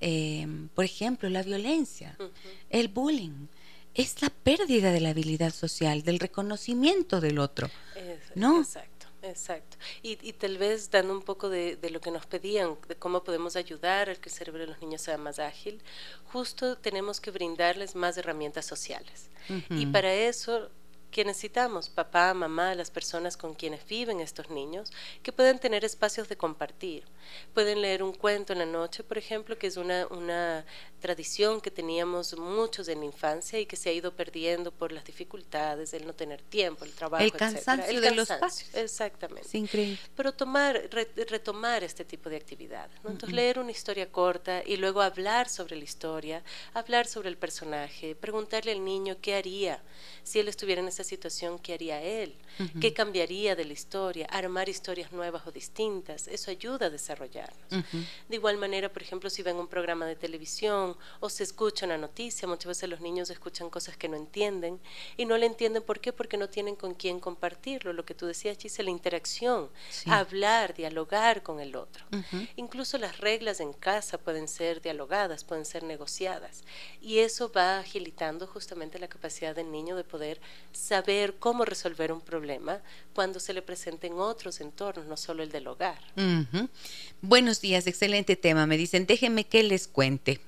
por ejemplo, la violencia, el bullying. Es la pérdida de la habilidad social, del reconocimiento del otro, ¿no? Exacto, exacto. Y tal vez dando un poco de lo que nos pedían, de cómo podemos ayudar a que el cerebro de los niños sea más ágil, justo tenemos que brindarles más herramientas sociales. Y para eso, ¿qué necesitamos? Papá, mamá, las personas con quienes viven estos niños, que puedan tener espacios de compartir. Pueden leer un cuento en la noche, por ejemplo, que es una tradición que teníamos muchos en la infancia y que se ha ido perdiendo por las dificultades, el no tener tiempo, el trabajo, el cansancio de los padres. Exactamente. Es increíble. Pero retomar este tipo de actividades, ¿no? Entonces, leer una historia corta y luego hablar sobre la historia, hablar sobre el personaje, preguntarle al niño qué haría si él estuviera en esa situación, qué haría él, qué cambiaría de la historia, armar historias nuevas o distintas. Eso ayuda a desarrollarnos. De igual manera, por ejemplo, si ven un programa de televisión o se escucha una noticia, muchas veces los niños escuchan cosas que no entienden y no le entienden. ¿Por qué? Porque no tienen con quién compartirlo. Lo que tú decías, Gisela, la interacción, hablar, dialogar con el otro. Incluso las reglas en casa pueden ser dialogadas, pueden ser negociadas, y eso va agilitando justamente la capacidad del niño de poder saber cómo resolver un problema cuando se le presenta en otros entornos, no solo el del hogar. Buenos días, excelente tema. Me dicen, déjame que les cuente.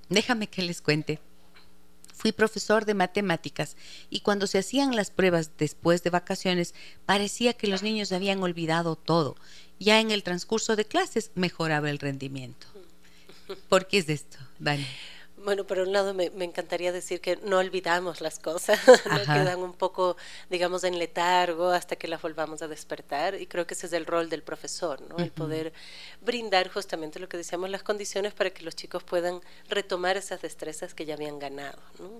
Fui profesor de matemáticas y cuando se hacían las pruebas después de vacaciones, parecía que los niños habían olvidado todo. Ya en el transcurso de clases mejoraba el rendimiento. ¿Por qué es esto, Dani? Bueno, por un lado me encantaría decir que no olvidamos las cosas, no quedan un poco, digamos, en letargo hasta que las volvamos a despertar, y creo que ese es el rol del profesor, ¿no? El poder brindar justamente lo que decíamos, las condiciones para que los chicos puedan retomar esas destrezas que ya habían ganado, ¿no?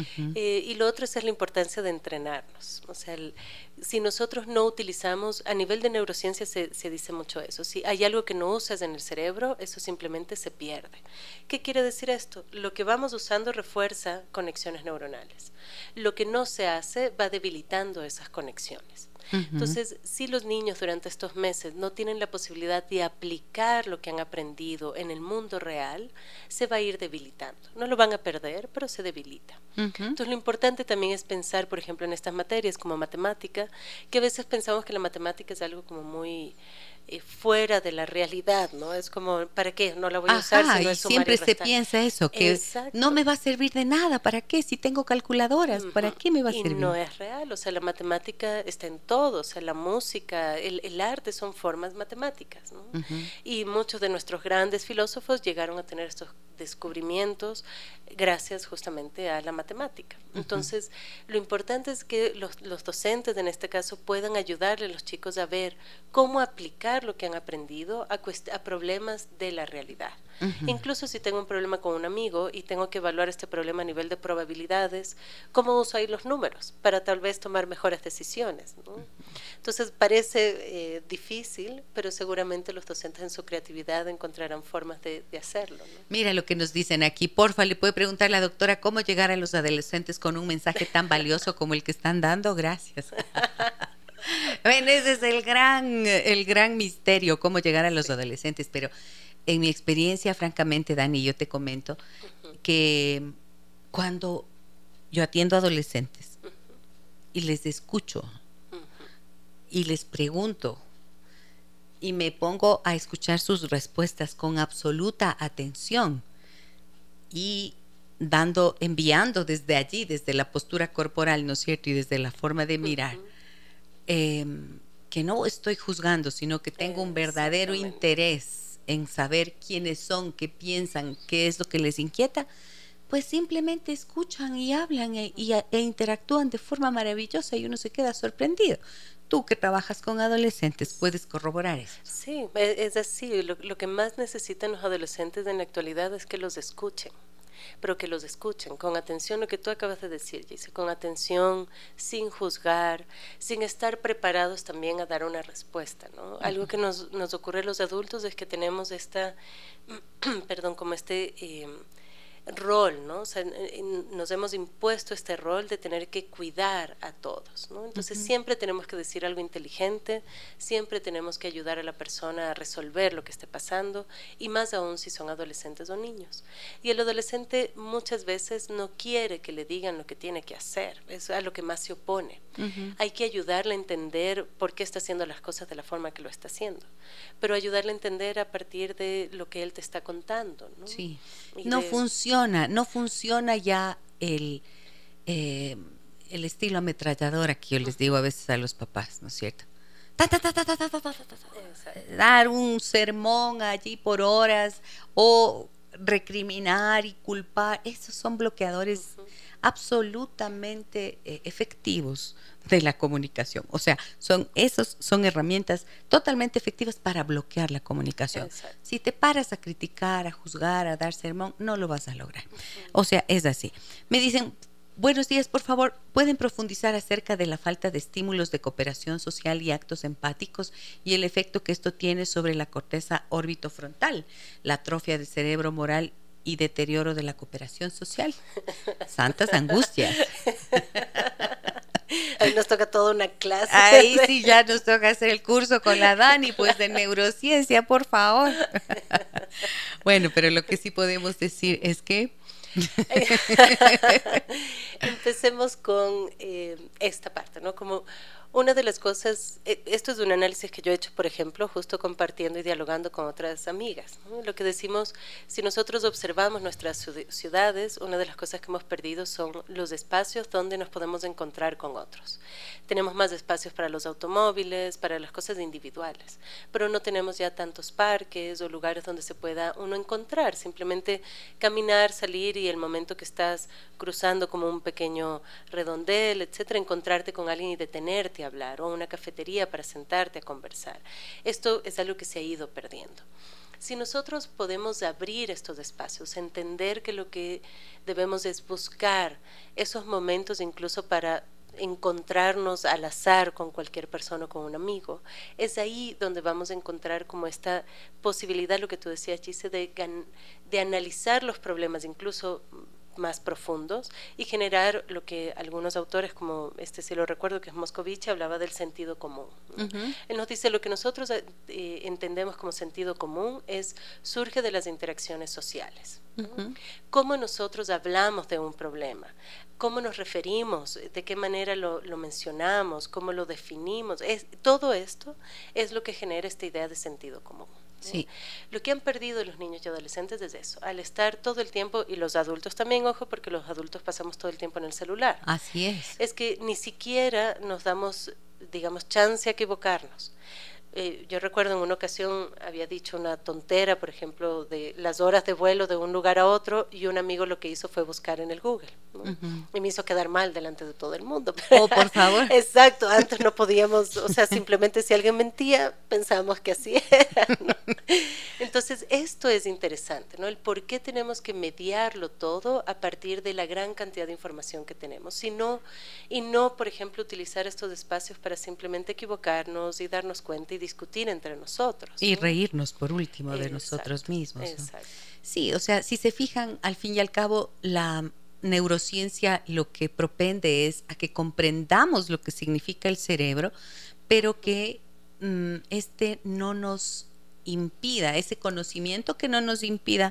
Y lo otro es la importancia de entrenarnos. O sea, si nosotros no utilizamos, a nivel de neurociencia se dice mucho eso, si hay algo que no usas en el cerebro, eso simplemente se pierde. ¿Qué quiere decir esto? Lo que vamos usando refuerza conexiones neuronales. Lo que no se hace va debilitando esas conexiones. Entonces, si los niños durante estos meses no tienen la posibilidad de aplicar lo que han aprendido en el mundo real, se va a ir debilitando. No lo van a perder, pero se debilita. Entonces, lo importante también es pensar, por ejemplo, en estas materias como matemática, que a veces pensamos que la matemática es algo como muy fuera de la realidad, ¿no? Es como, ¿para qué? No la voy a usar si no es sumar y siempre restar. se piensa eso, que no me va a servir de nada. ¿Para qué? Si tengo calculadoras, ¿para qué me va a servir? Y no es real, o sea, la matemática está en todo, o sea, la música, el arte son formas matemáticas, ¿no? Y muchos de nuestros grandes filósofos llegaron a tener estos descubrimientos gracias justamente a la matemática. Entonces, lo importante es que los docentes, en este caso, puedan ayudarle a los chicos a ver cómo aplicar lo que han aprendido a problemas de la realidad. Incluso si tengo un problema con un amigo y tengo que evaluar este problema a nivel de probabilidades, ¿cómo uso ahí los números para tal vez tomar mejores decisiones, ¿no? Entonces parece difícil, pero seguramente los docentes en su creatividad encontrarán formas de hacerlo, ¿no? Mira lo que nos dicen aquí. Porfa, le puede preguntar a la doctora cómo llegar a los adolescentes con un mensaje tan valioso como el que están dando. Gracias. Bueno, ese es el gran misterio, cómo llegar a los adolescentes. Pero en mi experiencia, francamente, Dani, yo te comento que cuando yo atiendo a adolescentes y les escucho y les pregunto y me pongo a escuchar sus respuestas con absoluta atención y enviando desde allí, desde la postura corporal, ¿no es cierto? Y desde la forma de mirar, que no estoy juzgando, sino que tengo un verdadero interés en saber quiénes son, qué piensan, qué es lo que les inquieta, pues simplemente escuchan y hablan e interactúan de forma maravillosa y uno se queda sorprendido. Tú que trabajas con adolescentes, ¿puedes corroborar eso? Sí, es así. Lo que más necesitan los adolescentes en la actualidad es que los escuchen, pero que los escuchen con atención, lo que tú acabas de decir, Gise, con atención, sin juzgar, sin estar preparados también a dar una respuesta, ¿no? Algo que nos ocurre a los adultos es que tenemos como rol, ¿no? O sea, nos hemos impuesto este rol de tener que cuidar a todos, ¿no? Entonces siempre tenemos que decir algo inteligente, siempre tenemos que ayudar a la persona a resolver lo que esté pasando, y más aún si son adolescentes o niños. Y el adolescente muchas veces no quiere que le digan lo que tiene que hacer, es a lo que más se opone. Hay que ayudarle a entender por qué está haciendo las cosas de la forma que lo está haciendo, pero ayudarle a entender a partir de lo que él te está contando, ¿no? Sí. Y No funciona ya el estilo ametralladora que yo les digo a veces a los papás, ¿no es cierto? Dar un sermón allí por horas o recriminar y culpar, esos son bloqueadores absolutamente efectivos de la comunicación. O sea, son herramientas totalmente efectivas para bloquear la comunicación. Exacto. Si te paras a criticar, a juzgar, a dar sermón, no lo vas a lograr. O sea, es así. Me dicen, buenos días, por favor, ¿pueden profundizar acerca de la falta de estímulos de cooperación social y actos empáticos y el efecto que esto tiene sobre la corteza orbitofrontal, la atrofia del cerebro moral y deterioro de la cooperación social? Santas angustias. Ahí nos toca toda una clase. Ahí sí ya nos toca hacer el curso con la Dani, pues de neurociencia, por favor. Bueno, pero lo que sí podemos decir es que empecemos con esta parte, ¿no? Como una de las cosas, esto es un análisis que yo he hecho, por ejemplo, justo compartiendo y dialogando con otras amigas, ¿no? Lo que decimos, si nosotros observamos nuestras ciudades, una de las cosas que hemos perdido son los espacios donde nos podemos encontrar con otros. Tenemos más espacios para los automóviles, para las cosas individuales, pero no tenemos ya tantos parques o lugares donde se pueda uno encontrar, simplemente caminar, salir y el momento que estás cruzando como un pequeño redondel, etcétera, encontrarte con alguien y detenerte a hablar, o una cafetería para sentarte a conversar. Esto es algo que se ha ido perdiendo. Si nosotros podemos abrir estos espacios, entender que lo que debemos es buscar esos momentos incluso para encontrarnos al azar con cualquier persona o con un amigo, es ahí donde vamos a encontrar como esta posibilidad, lo que tú decías, Gise, de analizar los problemas incluso más profundos y generar lo que algunos autores, como si lo recuerdo, que es Moscovici, hablaba del sentido común. Él nos dice, lo que nosotros entendemos como sentido común surge de las interacciones sociales. Cómo nosotros hablamos de un problema, cómo nos referimos, de qué manera lo mencionamos, cómo lo definimos, todo esto es lo que genera esta idea de sentido común. Sí. Lo que han perdido los niños y adolescentes es eso, al estar todo el tiempo, y los adultos también, ojo, porque los adultos pasamos todo el tiempo en el celular. Así es que ni siquiera nos damos, digamos, chance a equivocarnos. Yo recuerdo en una ocasión había dicho una tontera, por ejemplo, de las horas de vuelo de un lugar a otro, y un amigo lo que hizo fue buscar en el Google, ¿no? Y me hizo quedar mal delante de todo el mundo. Oh, por favor. Exacto, antes no podíamos, o sea, simplemente si alguien mentía, pensábamos que así era, ¿no? Entonces, esto es interesante, ¿no? El por qué tenemos que mediarlo todo a partir de la gran cantidad de información que tenemos, y no, por ejemplo, utilizar estos espacios para simplemente equivocarnos y darnos cuenta y discutir entre nosotros, ¿no? Y reírnos por último de nosotros mismos, ¿no? Exacto. Sí, o sea, si se fijan, al fin y al cabo, la neurociencia lo que propende es a que comprendamos lo que significa el cerebro, pero que no nos impida, ese conocimiento que no nos impida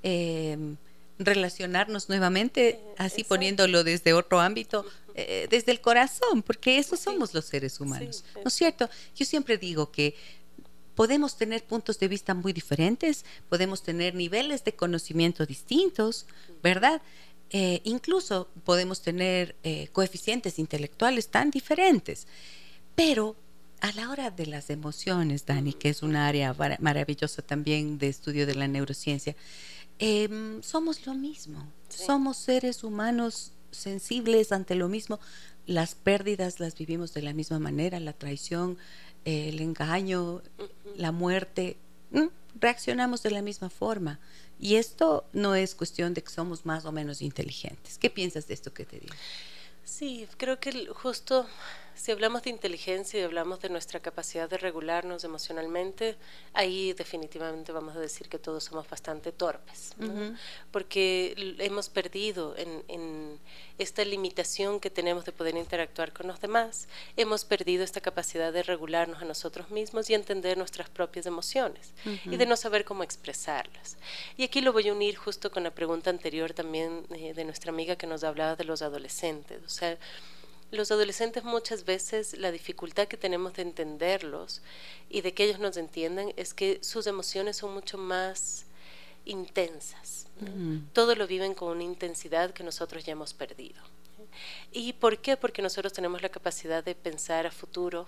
relacionarnos nuevamente, así Exacto. Poniéndolo desde otro ámbito, desde el corazón, porque eso somos los seres humanos, ¿no es cierto? Yo siempre digo que podemos tener puntos de vista muy diferentes, podemos tener niveles de conocimiento distintos, ¿verdad? Incluso podemos tener coeficientes intelectuales tan diferentes, pero a la hora de las emociones, Dani, que es un área maravillosa también de estudio de la neurociencia, somos lo mismo, somos seres humanos sensibles ante lo mismo. Las pérdidas las vivimos de la misma manera, la traición, el engaño, la muerte, reaccionamos de la misma forma. Y esto no es cuestión de que somos más o menos inteligentes. ¿Qué piensas de esto que te digo? Sí, creo que justo si hablamos de inteligencia y hablamos de nuestra capacidad de regularnos emocionalmente, ahí definitivamente vamos a decir que todos somos bastante torpes, ¿no? Porque hemos perdido en esta limitación que tenemos de poder interactuar con los demás, hemos perdido esta capacidad de regularnos a nosotros mismos y entender nuestras propias emociones y de no saber cómo expresarlas. Y aquí lo voy a unir justo con la pregunta anterior también de nuestra amiga que nos hablaba de los adolescentes. O sea, los adolescentes muchas veces la dificultad que tenemos de entenderlos y de que ellos nos entiendan es que sus emociones son mucho más intensas, ¿no? Todo lo viven con una intensidad que nosotros ya hemos perdido. ¿Y por qué? Porque nosotros tenemos la capacidad de pensar a futuro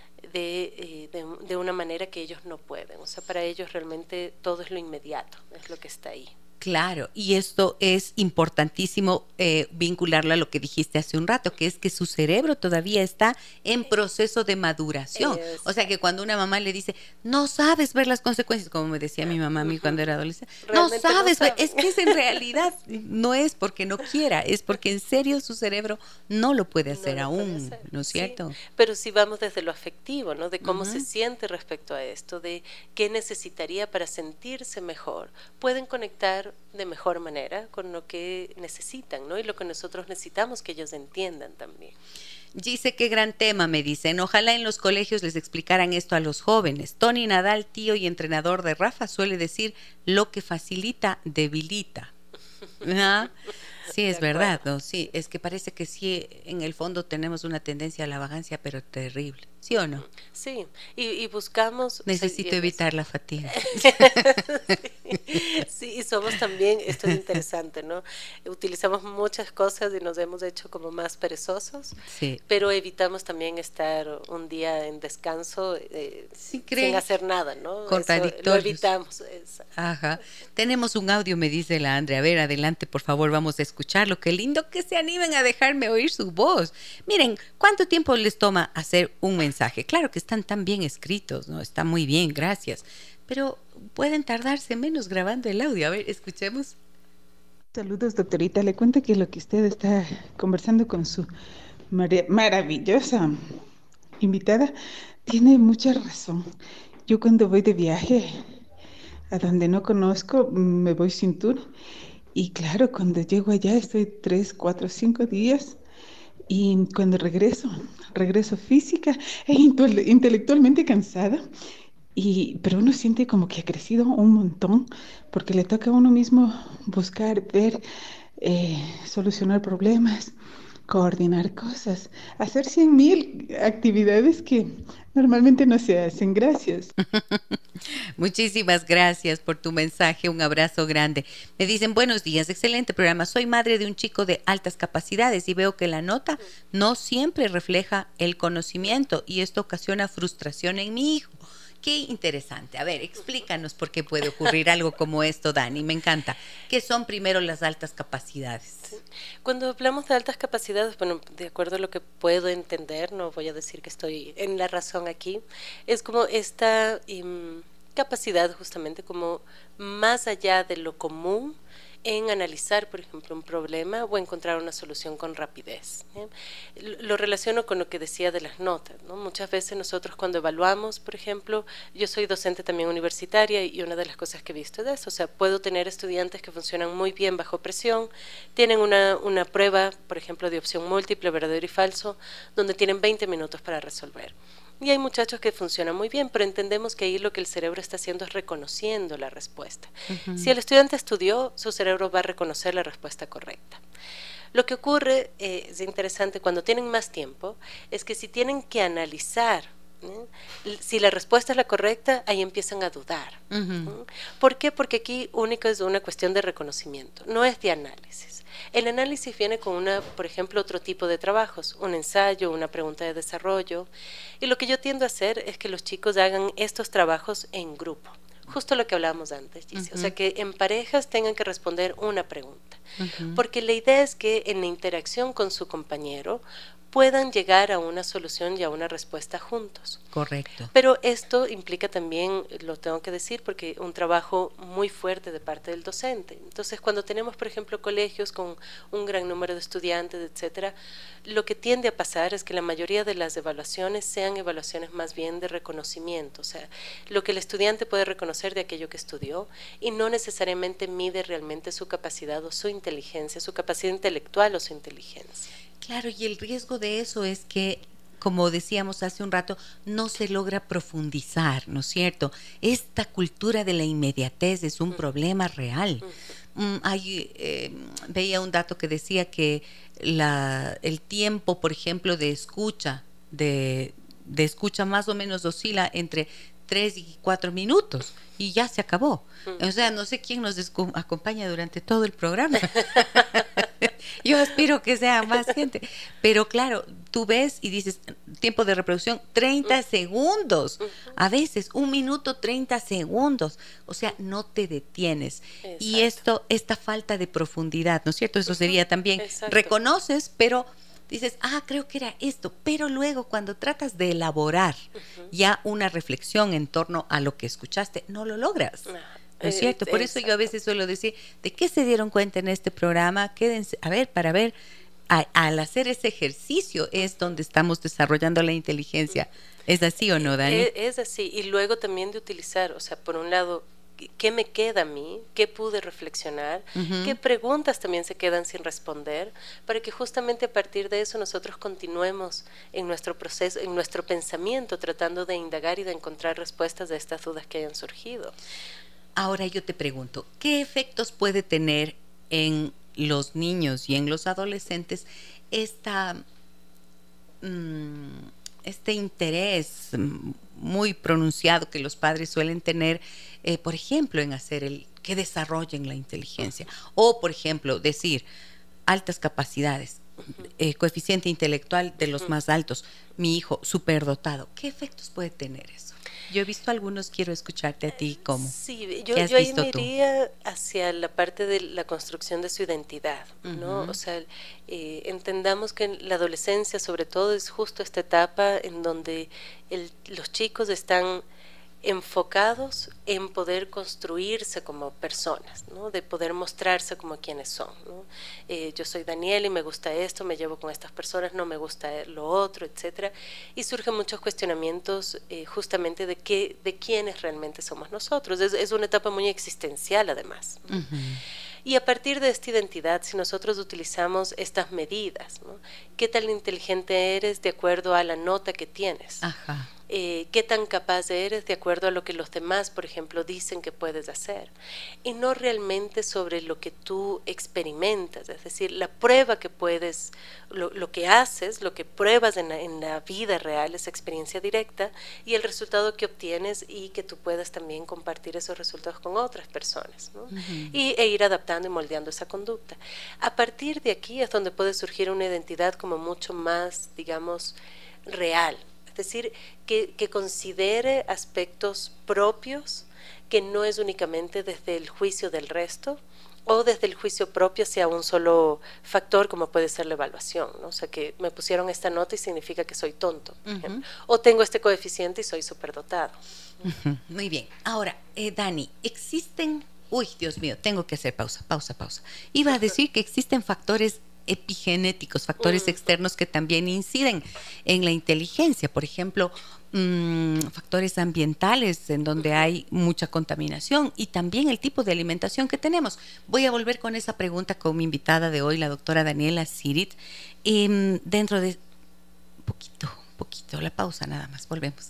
de una manera que ellos no pueden. O sea, para ellos realmente todo es lo inmediato, es lo que está ahí. Claro, y esto es importantísimo vincularlo a lo que dijiste hace un rato, que es que su cerebro todavía está en proceso de maduración. O sea que cuando una mamá le dice, no sabes ver las consecuencias, como me decía mi mamá a mí cuando era adolescente, no sabes ver, es que es en realidad, no es porque no quiera, es porque en serio su cerebro no lo puede hacer aún, ¿no es cierto? Sí, pero si vamos desde lo afectivo, ¿no? De cómo se siente respecto a esto, de qué necesitaría para sentirse mejor, pueden conectar de mejor manera con lo que necesitan, ¿no? Y lo que nosotros necesitamos que ellos entiendan también. Dice, qué gran tema, me dicen. Ojalá en los colegios les explicaran esto a los jóvenes. Tony Nadal, tío y entrenador de Rafa, suele decir, lo que facilita, debilita. ¿Ah? Sí, es verdad, ¿no? Sí, es que parece que sí, en el fondo tenemos una tendencia a la vagancia, pero terrible. ¿Sí o no? Sí, y buscamos... Necesito evitar la fatiga. Sí, y somos también, esto es interesante, ¿no? Utilizamos muchas cosas y nos hemos hecho como más perezosos, sí, pero evitamos también estar un día en descanso sin hacer nada, ¿no? Contradictorios. Eso lo evitamos. Ajá. Tenemos un audio, me dice la Andrea. A ver, adelante, por favor, vamos a escucharlo. Qué lindo que se animen a dejarme oír su voz. Miren, ¿cuánto tiempo les toma hacer un mensaje? Claro que están tan bien escritos, ¿no? Está muy bien, gracias. Pero pueden tardarse menos grabando el audio. A ver, escuchemos. Saludos, doctorita. Le cuento que lo que usted está conversando con su maravillosa invitada tiene mucha razón. Yo cuando voy de viaje a donde no conozco, me voy sin tour. Y claro, cuando llego allá estoy 3, 4, 5 días. Y cuando regreso física e intelectualmente cansada. Pero uno siente como que ha crecido un montón, porque le toca a uno mismo buscar, ver, solucionar problemas, coordinar cosas, hacer 100,000 actividades que normalmente no se hacen. Gracias. Muchísimas gracias por tu mensaje, un abrazo grande. Me dicen, buenos días, excelente programa. Soy madre de un chico de altas capacidades y veo que la nota no siempre refleja el conocimiento y esto ocasiona frustración en mi hijo. Qué interesante. A ver, explícanos por qué puede ocurrir algo como esto, Dani. Me encanta. ¿Qué son primero las altas capacidades? Sí. Cuando hablamos de altas capacidades, bueno, de acuerdo a lo que puedo entender, no voy a decir que estoy en la razón aquí, es como esta capacidad justamente como más allá de lo común en analizar, por ejemplo, un problema o encontrar una solución con rapidez. Lo relaciono con lo que decía de las notas, ¿no? Muchas veces nosotros cuando evaluamos, por ejemplo, yo soy docente también universitaria y una de las cosas que he visto es eso, o sea, puedo tener estudiantes que funcionan muy bien bajo presión, tienen una prueba, por ejemplo, de opción múltiple, verdadero y falso, donde tienen 20 minutos para resolver. Y hay muchachos que funcionan muy bien, pero entendemos que ahí lo que el cerebro está haciendo es reconociendo la respuesta. Si el estudiante estudió, su cerebro va a reconocer la respuesta correcta. Lo que ocurre, es interesante, cuando tienen más tiempo, es que si tienen que analizar, si la respuesta es la correcta, ahí empiezan a dudar. ¿Por qué? Porque aquí único es una cuestión de reconocimiento, no es de análisis. El análisis viene con por ejemplo, otro tipo de trabajos, un ensayo, una pregunta de desarrollo, y lo que yo tiendo a hacer es que los chicos hagan estos trabajos en grupo, justo lo que hablábamos antes, Gise. O sea, que en parejas tengan que responder una pregunta, porque la idea es que en la interacción con su compañero puedan llegar a una solución y a una respuesta juntos. Correcto. Pero esto implica también, lo tengo que decir, porque un trabajo muy fuerte de parte del docente. Entonces, cuando tenemos, por ejemplo, colegios con un gran número de estudiantes, etcétera, lo que tiende a pasar es que la mayoría de las evaluaciones sean evaluaciones más bien de reconocimiento, o sea, lo que el estudiante puede reconocer de aquello que estudió y no necesariamente mide realmente su capacidad o su inteligencia, su capacidad intelectual o su inteligencia. Claro, y el riesgo de eso es que, como decíamos hace un rato, no se logra profundizar, ¿no es cierto? Esta cultura de la inmediatez es un problema real. Veía un dato que decía que el tiempo, por ejemplo, de escucha más o menos oscila entre 3 y 4 minutos y ya se acabó. O sea, no sé quién nos acompaña durante todo el programa. Yo aspiro que sea más gente. Pero claro, tú ves y dices, tiempo de reproducción, 30 segundos. A veces, 1 minuto, 30 segundos. O sea, no te detienes. Exacto. Y esta falta de profundidad, ¿no es cierto? Eso sería también, reconoces, pero dices, creo que era esto. Pero luego, cuando tratas de elaborar ya una reflexión en torno a lo que escuchaste, no lo logras. ¿No es cierto? Por eso yo a veces suelo decir, ¿de qué se dieron cuenta en este programa? Quédense, para ver, al hacer ese ejercicio es donde estamos desarrollando la inteligencia. ¿Es así o no, Dani? Es así, y luego también de utilizar, o sea, por un lado, ¿qué me queda a mí? ¿Qué pude reflexionar? ¿Qué preguntas también se quedan sin responder? Para que justamente a partir de eso nosotros continuemos en nuestro proceso, en nuestro pensamiento, tratando de indagar y de encontrar respuestas de estas dudas que hayan surgido. Ahora yo te pregunto, ¿qué efectos puede tener en los niños y en los adolescentes este interés muy pronunciado que los padres suelen tener, por ejemplo, en hacer que desarrollen la inteligencia? O, por ejemplo, decir, altas capacidades, coeficiente intelectual de los más altos, mi hijo superdotado. ¿Qué efectos puede tener eso? Yo he visto algunos, quiero escucharte a ti cómo. Sí, yo ahí me iría hacia la parte de la construcción de su identidad, ¿no? O sea, entendamos que en la adolescencia, sobre todo, es justo esta etapa en donde los chicos están enfocados en poder construirse como personas, ¿no? De poder mostrarse como quienes son, ¿no? Yo soy Daniel y me gusta esto, me llevo con estas personas, no me gusta lo otro, etcétera, y surgen muchos cuestionamientos justamente de quiénes realmente somos nosotros. Es una etapa muy existencial además, ¿no? Y a partir de esta identidad, si nosotros utilizamos estas medidas, ¿no? ¿Qué tan inteligente eres de acuerdo a la nota que tienes? Ajá. Qué tan capaz eres de acuerdo a lo que los demás, por ejemplo, dicen que puedes hacer, y no realmente sobre lo que tú experimentas, es decir, la prueba que puedes, lo que haces, lo que pruebas en la vida real, esa experiencia directa, y el resultado que obtienes, y que tú puedas también compartir esos resultados con otras personas, ¿no? E ir adaptando y moldeando esa conducta. A partir de aquí es donde puede surgir una identidad como mucho más, digamos, real. Es decir, que considere aspectos propios, que no es únicamente desde el juicio del resto o desde el juicio propio hacia un solo factor, como puede ser la evaluación, ¿no? O sea, que me pusieron esta nota y significa que soy tonto, o tengo este coeficiente y soy superdotado. Muy bien. Ahora, Dani, existen... Uy, Dios mío, tengo que hacer pausa. Iba a decir que existen factores epigenéticos, factores externos que también inciden en la inteligencia, por ejemplo, factores ambientales en donde hay mucha contaminación, y también el tipo de alimentación que tenemos. Voy a volver con esa pregunta con mi invitada de hoy, la doctora Daniela Sirit, dentro de poquito, la pausa nada más, volvemos.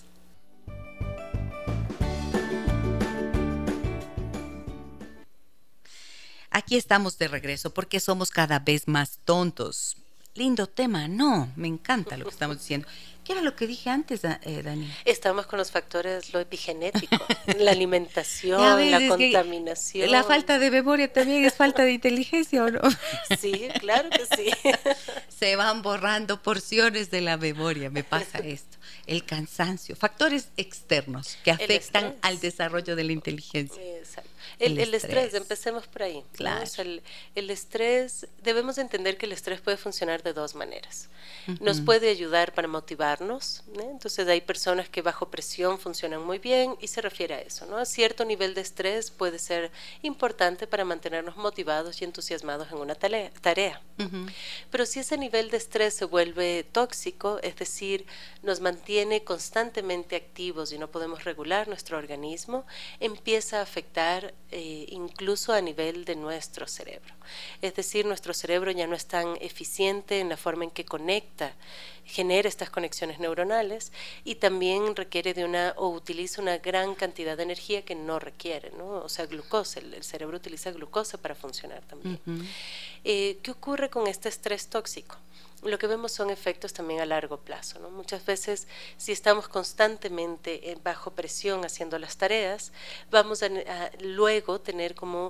Aquí estamos de regreso. ¿Por qué somos cada vez más tontos? Lindo tema, ¿no? Me encanta lo que estamos diciendo. ¿Qué era lo que dije antes, Dani? Estamos con los factores, lo epigenético, la alimentación, ves, la contaminación. La falta de memoria también es falta de inteligencia, ¿o no? Sí, claro que sí. Se van borrando porciones de la memoria, me pasa esto. El cansancio, factores externos que afectan al desarrollo de la inteligencia. Exacto. El estrés, empecemos por ahí, ¿no? Claro. O sea, el estrés, debemos entender que el estrés puede funcionar de dos maneras. Nos puede ayudar para motivarnos, ¿no? Entonces hay personas que bajo presión funcionan muy bien y se refiere a eso, ¿no? A cierto nivel de estrés puede ser importante para mantenernos motivados y entusiasmados en una tarea. Pero si ese nivel de estrés se vuelve tóxico, es decir, nos mantiene constantemente activos y no podemos regular nuestro organismo, empieza a afectar incluso a nivel de nuestro cerebro. Es decir, nuestro cerebro ya no es tan eficiente en la forma en que conecta, genera estas conexiones neuronales y también requiere o utiliza una gran cantidad de energía que no requiere, ¿no? O sea, glucosa, el cerebro utiliza glucosa para funcionar también. ¿Qué ocurre con este estrés tóxico? Lo que vemos son efectos también a largo plazo, ¿no? Muchas veces, si estamos constantemente bajo presión haciendo las tareas, vamos a luego tener como,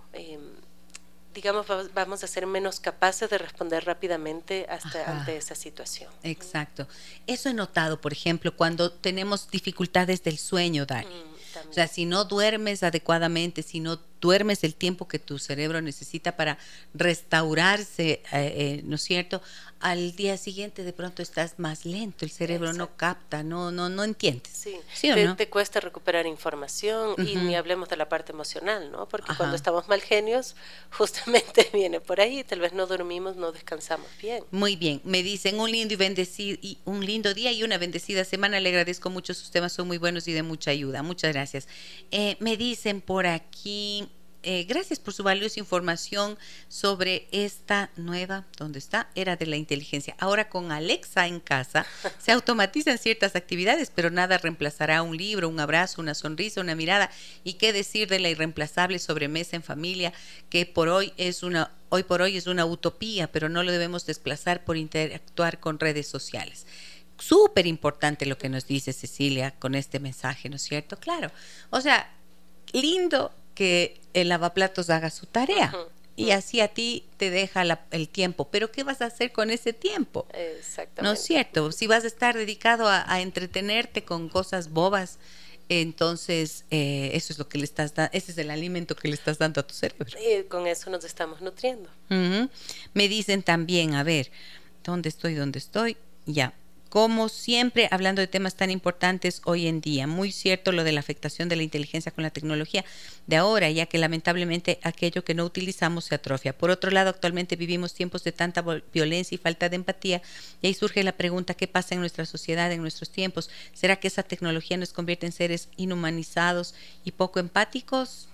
digamos, vamos a ser menos capaces de responder rápidamente ante esa situación. Exacto. Eso he notado, por ejemplo, cuando tenemos dificultades del sueño, Dani. O sea, si no duermes adecuadamente, si no duermes el tiempo que tu cerebro necesita para restaurarse, ¿no es cierto? Al día siguiente de pronto estás más lento, el cerebro no capta, no entiendes. ¿Sí o no? Te cuesta recuperar información y ni hablemos de la parte emocional, ¿no? Porque cuando estamos mal genios, justamente viene por ahí, tal vez no dormimos, no descansamos bien. Muy bien, me dicen un lindo día y una bendecida semana, le agradezco mucho, sus temas son muy buenos y de mucha ayuda, muchas gracias. Me dicen por aquí, gracias por su valiosa información sobre esta nueva, ¿dónde está? Era de la inteligencia. Ahora con Alexa en casa se automatizan ciertas actividades, pero nada reemplazará un libro, un abrazo, una sonrisa, una mirada. Y qué decir de la irreemplazable sobremesa en familia, que hoy por hoy es una utopía, pero no lo debemos desplazar por interactuar con redes sociales. Súper importante lo que nos dice Cecilia con este mensaje, ¿no es cierto? Claro, o sea, lindo que el lavaplatos haga su tarea y así a ti te deja el tiempo, pero ¿qué vas a hacer con ese tiempo? Exactamente. ¿No es cierto? Si vas a estar dedicado a entretenerte con cosas bobas, entonces eso es lo que le estás dando, ese es el alimento que le estás dando a tu cerebro. Y con eso nos estamos nutriendo. Me dicen también, a ver, ¿dónde estoy? Ya. Como siempre, hablando de temas tan importantes hoy en día, muy cierto lo de la afectación de la inteligencia con la tecnología de ahora, ya que lamentablemente aquello que no utilizamos se atrofia. Por otro lado, actualmente vivimos tiempos de tanta violencia y falta de empatía, y ahí surge la pregunta, ¿qué pasa en nuestra sociedad en nuestros tiempos? ¿Será que esa tecnología nos convierte en seres inhumanizados y poco empáticos?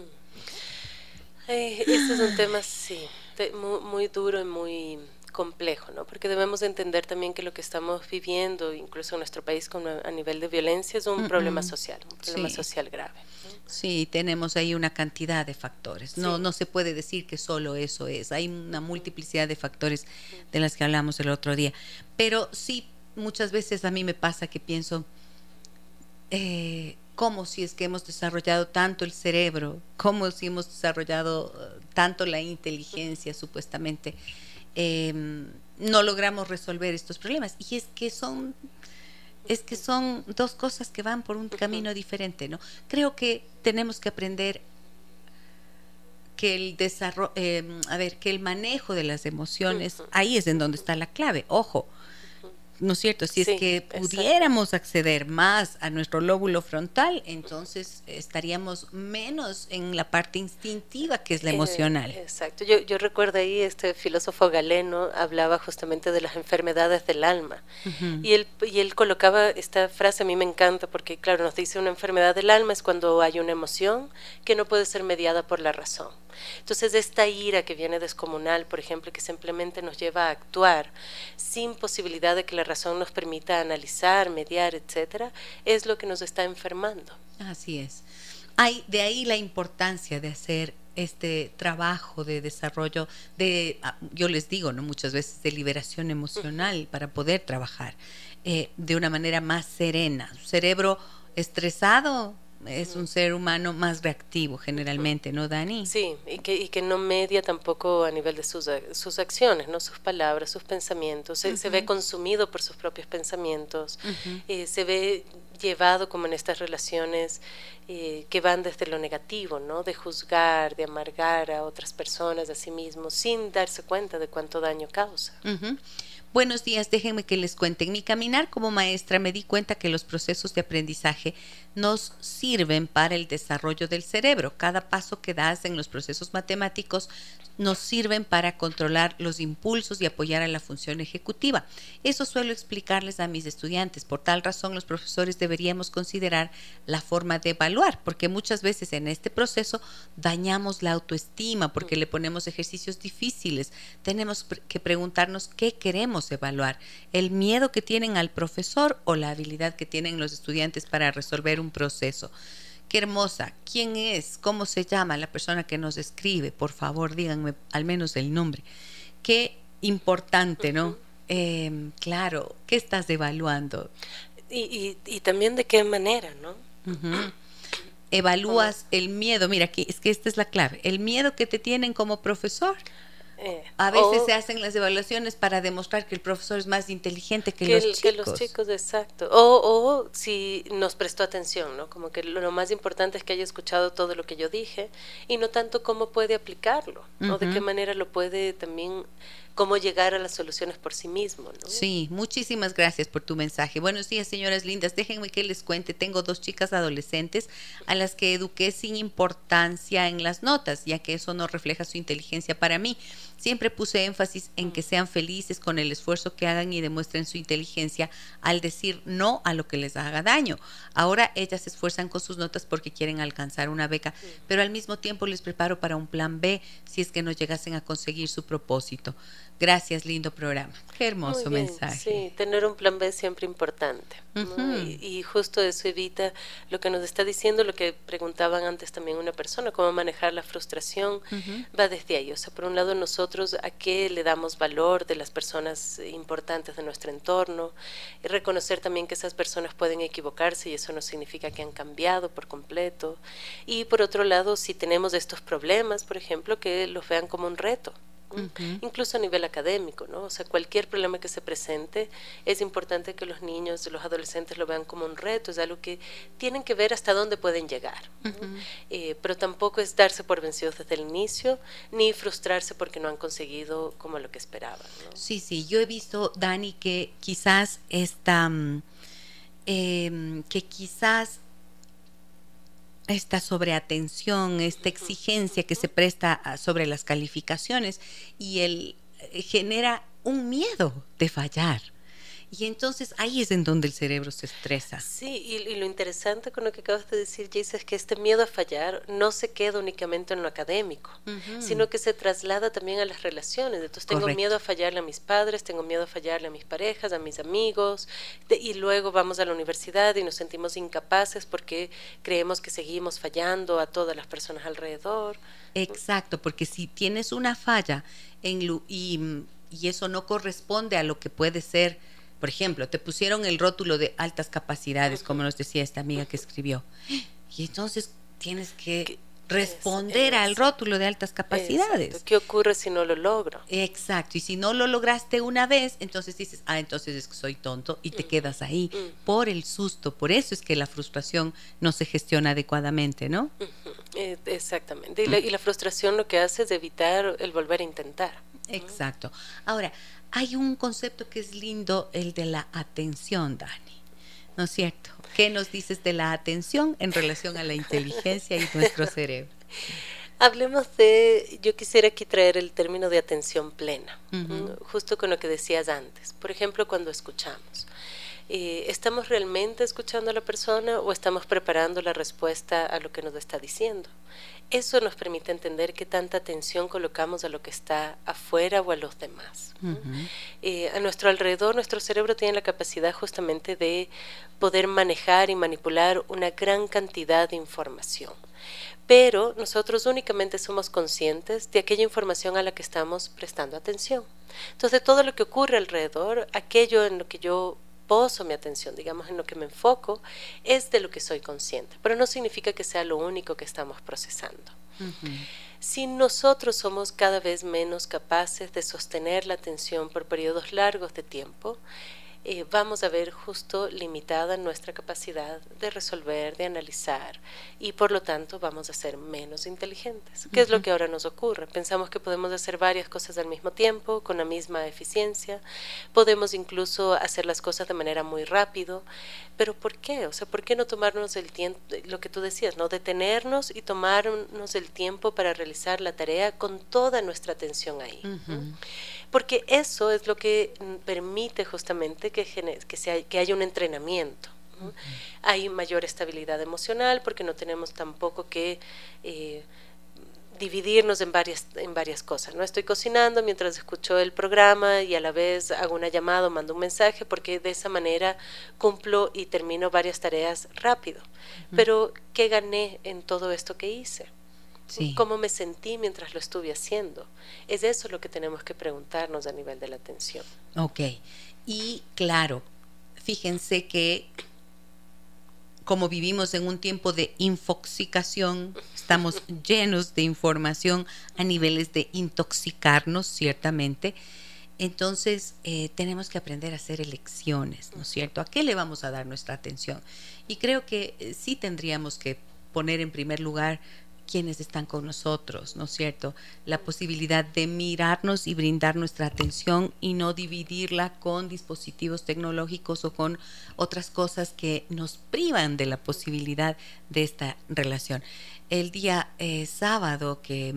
Este es un tema, sí, muy duro y muy complejo, ¿no? Porque debemos entender también que lo que estamos viviendo, incluso en nuestro país a nivel de violencia, es un problema social, social grave, ¿no? Sí, tenemos ahí una cantidad de factores. No se puede decir que solo eso es. Hay una multiplicidad de factores de las que hablamos el otro día. Pero sí, muchas veces a mí me pasa que pienso, ¿cómo si es que hemos desarrollado tanto el cerebro? ¿Cómo si hemos desarrollado tanto la inteligencia, supuestamente? No logramos resolver estos problemas, y es que son dos cosas que van por un camino diferente, ¿no? Creo que tenemos que aprender que que el manejo de las emociones, ahí es en donde está la clave, ojo, ¿no es cierto? Si es que pudiéramos acceder más a nuestro lóbulo frontal, entonces estaríamos menos en la parte instintiva, que es la emocional. Exacto. Yo recuerdo ahí, este filósofo galeno hablaba justamente de las enfermedades del alma. Y él colocaba esta frase, a mí me encanta, porque claro, nos dice una enfermedad del alma es cuando hay una emoción que no puede ser mediada por la razón. Entonces esta ira que viene descomunal, por ejemplo, que simplemente nos lleva a actuar sin posibilidad de que la razón nos permita analizar, mediar, etcétera, es lo que nos está enfermando. Así es. De ahí la importancia de hacer este trabajo de desarrollo yo les digo, ¿no?, muchas veces de liberación emocional para poder trabajar de una manera más serena. Cerebro estresado Es un ser humano más reactivo generalmente, ¿no, Dani? Sí, y que no media tampoco a nivel de sus acciones, ¿no? Sus palabras, sus pensamientos. Se ve consumido por sus propios pensamientos, se ve llevado como en estas relaciones que van desde lo negativo, ¿no? De juzgar, de amargar a otras personas, a sí mismo, sin darse cuenta de cuánto daño causa. Buenos días, déjenme que les cuente. En mi caminar como maestra me di cuenta que los procesos de aprendizaje nos sirven para el desarrollo del cerebro. Cada paso que das en los procesos matemáticos nos sirven para controlar los impulsos y apoyar a la función ejecutiva. Eso suelo explicarles a mis estudiantes. Por tal razón, los profesores deberíamos considerar la forma de evaluar, porque muchas veces en este proceso dañamos la autoestima porque le ponemos ejercicios difíciles. Tenemos que preguntarnos qué queremos evaluar, el miedo que tienen al profesor o la habilidad que tienen los estudiantes para resolver un proceso. Qué hermosa. ¿Quién es? ¿Cómo se llama la persona que nos escribe? Por favor, díganme al menos el nombre. Qué importante, ¿no? Claro, ¿qué estás evaluando? Y también de qué manera, ¿no? Evalúas el miedo. Mira, es que esta es la clave. El miedo que te tienen como profesor. A veces se hacen las evaluaciones para demostrar que el profesor es más inteligente que los chicos. Que los chicos, exacto. O si nos prestó atención, ¿no? Como que lo más importante es que haya escuchado todo lo que yo dije y no tanto cómo puede aplicarlo, o de qué manera lo puede también, cómo llegar a las soluciones por sí mismo, ¿no? Sí, muchísimas gracias por tu mensaje. Buenos días, señoras lindas. Déjenme que les cuente. Tengo 2 chicas adolescentes a las que eduqué sin importancia en las notas, ya que eso no refleja su inteligencia para mí. Siempre puse énfasis en que sean felices con el esfuerzo que hagan y demuestren su inteligencia al decir no a lo que les haga daño. Ahora ellas se esfuerzan con sus notas porque quieren alcanzar una beca, pero al mismo tiempo les preparo para un plan B si es que no llegasen a conseguir su propósito. Gracias, lindo programa. Qué hermoso mensaje. Sí, tener un plan B es siempre importante, ¿no? Y justo eso evita lo que nos está diciendo, lo que preguntaban antes también una persona, cómo manejar la frustración, va desde ahí. O sea, por un lado nosotros a qué le damos valor de las personas importantes de nuestro entorno, y reconocer también que esas personas pueden equivocarse y eso no significa que han cambiado por completo. Y por otro lado, si tenemos estos problemas, por ejemplo, que los vean como un reto. Incluso a nivel académico, ¿no? O sea, cualquier problema que se presente, es importante que los niños, los adolescentes lo vean como un reto, es algo que tienen que ver hasta dónde pueden llegar, ¿no? Pero tampoco es darse por vencidos desde el inicio, ni frustrarse porque no han conseguido como lo que esperaban, ¿no? Sí, yo he visto, Dani, que quizás esta sobreatención, esta exigencia que se presta sobre las calificaciones y genera un miedo de fallar. Y entonces ahí es en donde el cerebro se estresa. Sí, y lo interesante con lo que acabas de decir, Jace, es que este miedo a fallar no se queda únicamente en lo académico, sino que se traslada también a las relaciones. Entonces tengo miedo a fallarle a mis padres, tengo miedo a fallarle a mis parejas, a mis amigos, y luego vamos a la universidad y nos sentimos incapaces porque creemos que seguimos fallando a todas las personas alrededor. Exacto, porque si tienes una falla y eso no corresponde a lo que puede ser. Por ejemplo, te pusieron el rótulo de altas capacidades, como nos decía esta amiga que escribió. Y entonces tienes que responder al rótulo de altas capacidades. Exacto. ¿Qué ocurre si no lo logro? Exacto. Y si no lo lograste una vez, entonces dices, entonces es que soy tonto y te quedas ahí por el susto. Por eso es que la frustración no se gestiona adecuadamente, ¿no? Exactamente. Y la frustración lo que hace es evitar el volver a intentar. Exacto. Ahora, hay un concepto que es lindo, el de la atención, Dani, ¿no es cierto? ¿Qué nos dices de la atención en relación a la inteligencia y nuestro cerebro? Hablemos yo quisiera aquí traer el término de atención plena, justo con lo que decías antes. Por ejemplo, cuando escuchamos. ¿Estamos realmente escuchando a la persona o estamos preparando la respuesta a lo que nos está diciendo? Eso nos permite entender qué tanta atención colocamos a lo que está afuera o a los demás. A nuestro alrededor, nuestro cerebro tiene la capacidad justamente de poder manejar y manipular una gran cantidad de información. Pero nosotros únicamente somos conscientes de aquella información a la que estamos prestando atención. Entonces, todo lo que ocurre alrededor, aquello en lo que yo poso mi atención, digamos, en lo que me enfoco, es de lo que soy consciente, pero no significa que sea lo único que estamos procesando. Si nosotros somos cada vez menos capaces de sostener la atención por periodos largos de tiempo, vamos a ver justo limitada nuestra capacidad de resolver, de analizar, y por lo tanto vamos a ser menos inteligentes. ¿Qué es lo que ahora nos ocurre? Pensamos que podemos hacer varias cosas al mismo tiempo, con la misma eficiencia, podemos incluso hacer las cosas de manera muy rápido, pero ¿por qué? O sea, ¿por qué no tomarnos el tiempo, lo que tú decías, ¿no? Detenernos y tomarnos el tiempo para realizar la tarea con toda nuestra atención ahí? Porque eso es lo que permite justamente que haya un entrenamiento. Hay mayor estabilidad emocional porque no tenemos tampoco que dividirnos en varias cosas, ¿no? Estoy cocinando mientras escucho el programa y a la vez hago una llamada o mando un mensaje, porque de esa manera cumplo y termino varias tareas rápido. Pero ¿qué gané en todo esto que hice? Sí. ¿Cómo me sentí mientras lo estuve haciendo? Es eso lo que tenemos que preguntarnos a nivel de la atención. Ok, y claro, fíjense que como vivimos en un tiempo de infoxicación, estamos llenos de información a niveles de intoxicarnos, ciertamente. Entonces tenemos que aprender a hacer elecciones, ¿no es cierto? ¿A qué le vamos a dar nuestra atención? Y creo que sí tendríamos que poner en primer lugar quienes están con nosotros, ¿no es cierto? La posibilidad de mirarnos y brindar nuestra atención y no dividirla con dispositivos tecnológicos o con otras cosas que nos privan de la posibilidad de esta relación. El día sábado que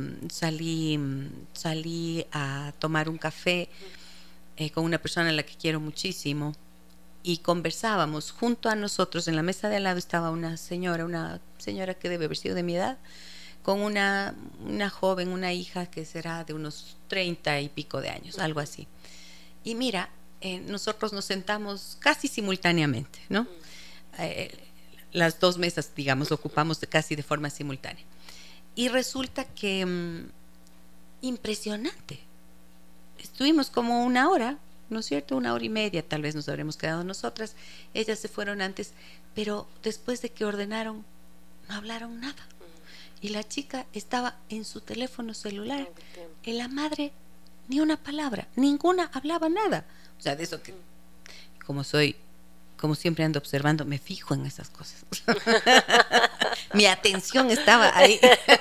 salí a tomar un café con una persona a la que quiero muchísimo, y conversábamos. Junto a nosotros en la mesa de al lado estaba una señora que debe haber sido de mi edad, con una joven, una hija que será de unos 30 y pico de años, algo así. Y mira, nosotros nos sentamos casi simultáneamente, ¿no? Las dos mesas, digamos, ocupamos casi de forma simultánea. Y resulta que impresionante. Estuvimos como una hora, ¿no es cierto? 1 hora y media tal vez nos habremos quedado nosotras. Ellas se fueron antes, pero después de que ordenaron, no hablaron nada. Y la chica estaba en su teléfono celular. Y la madre, ni una palabra, ninguna hablaba nada. O sea, de eso que, como siempre ando observando, me fijo en esas cosas. Mi atención estaba ahí.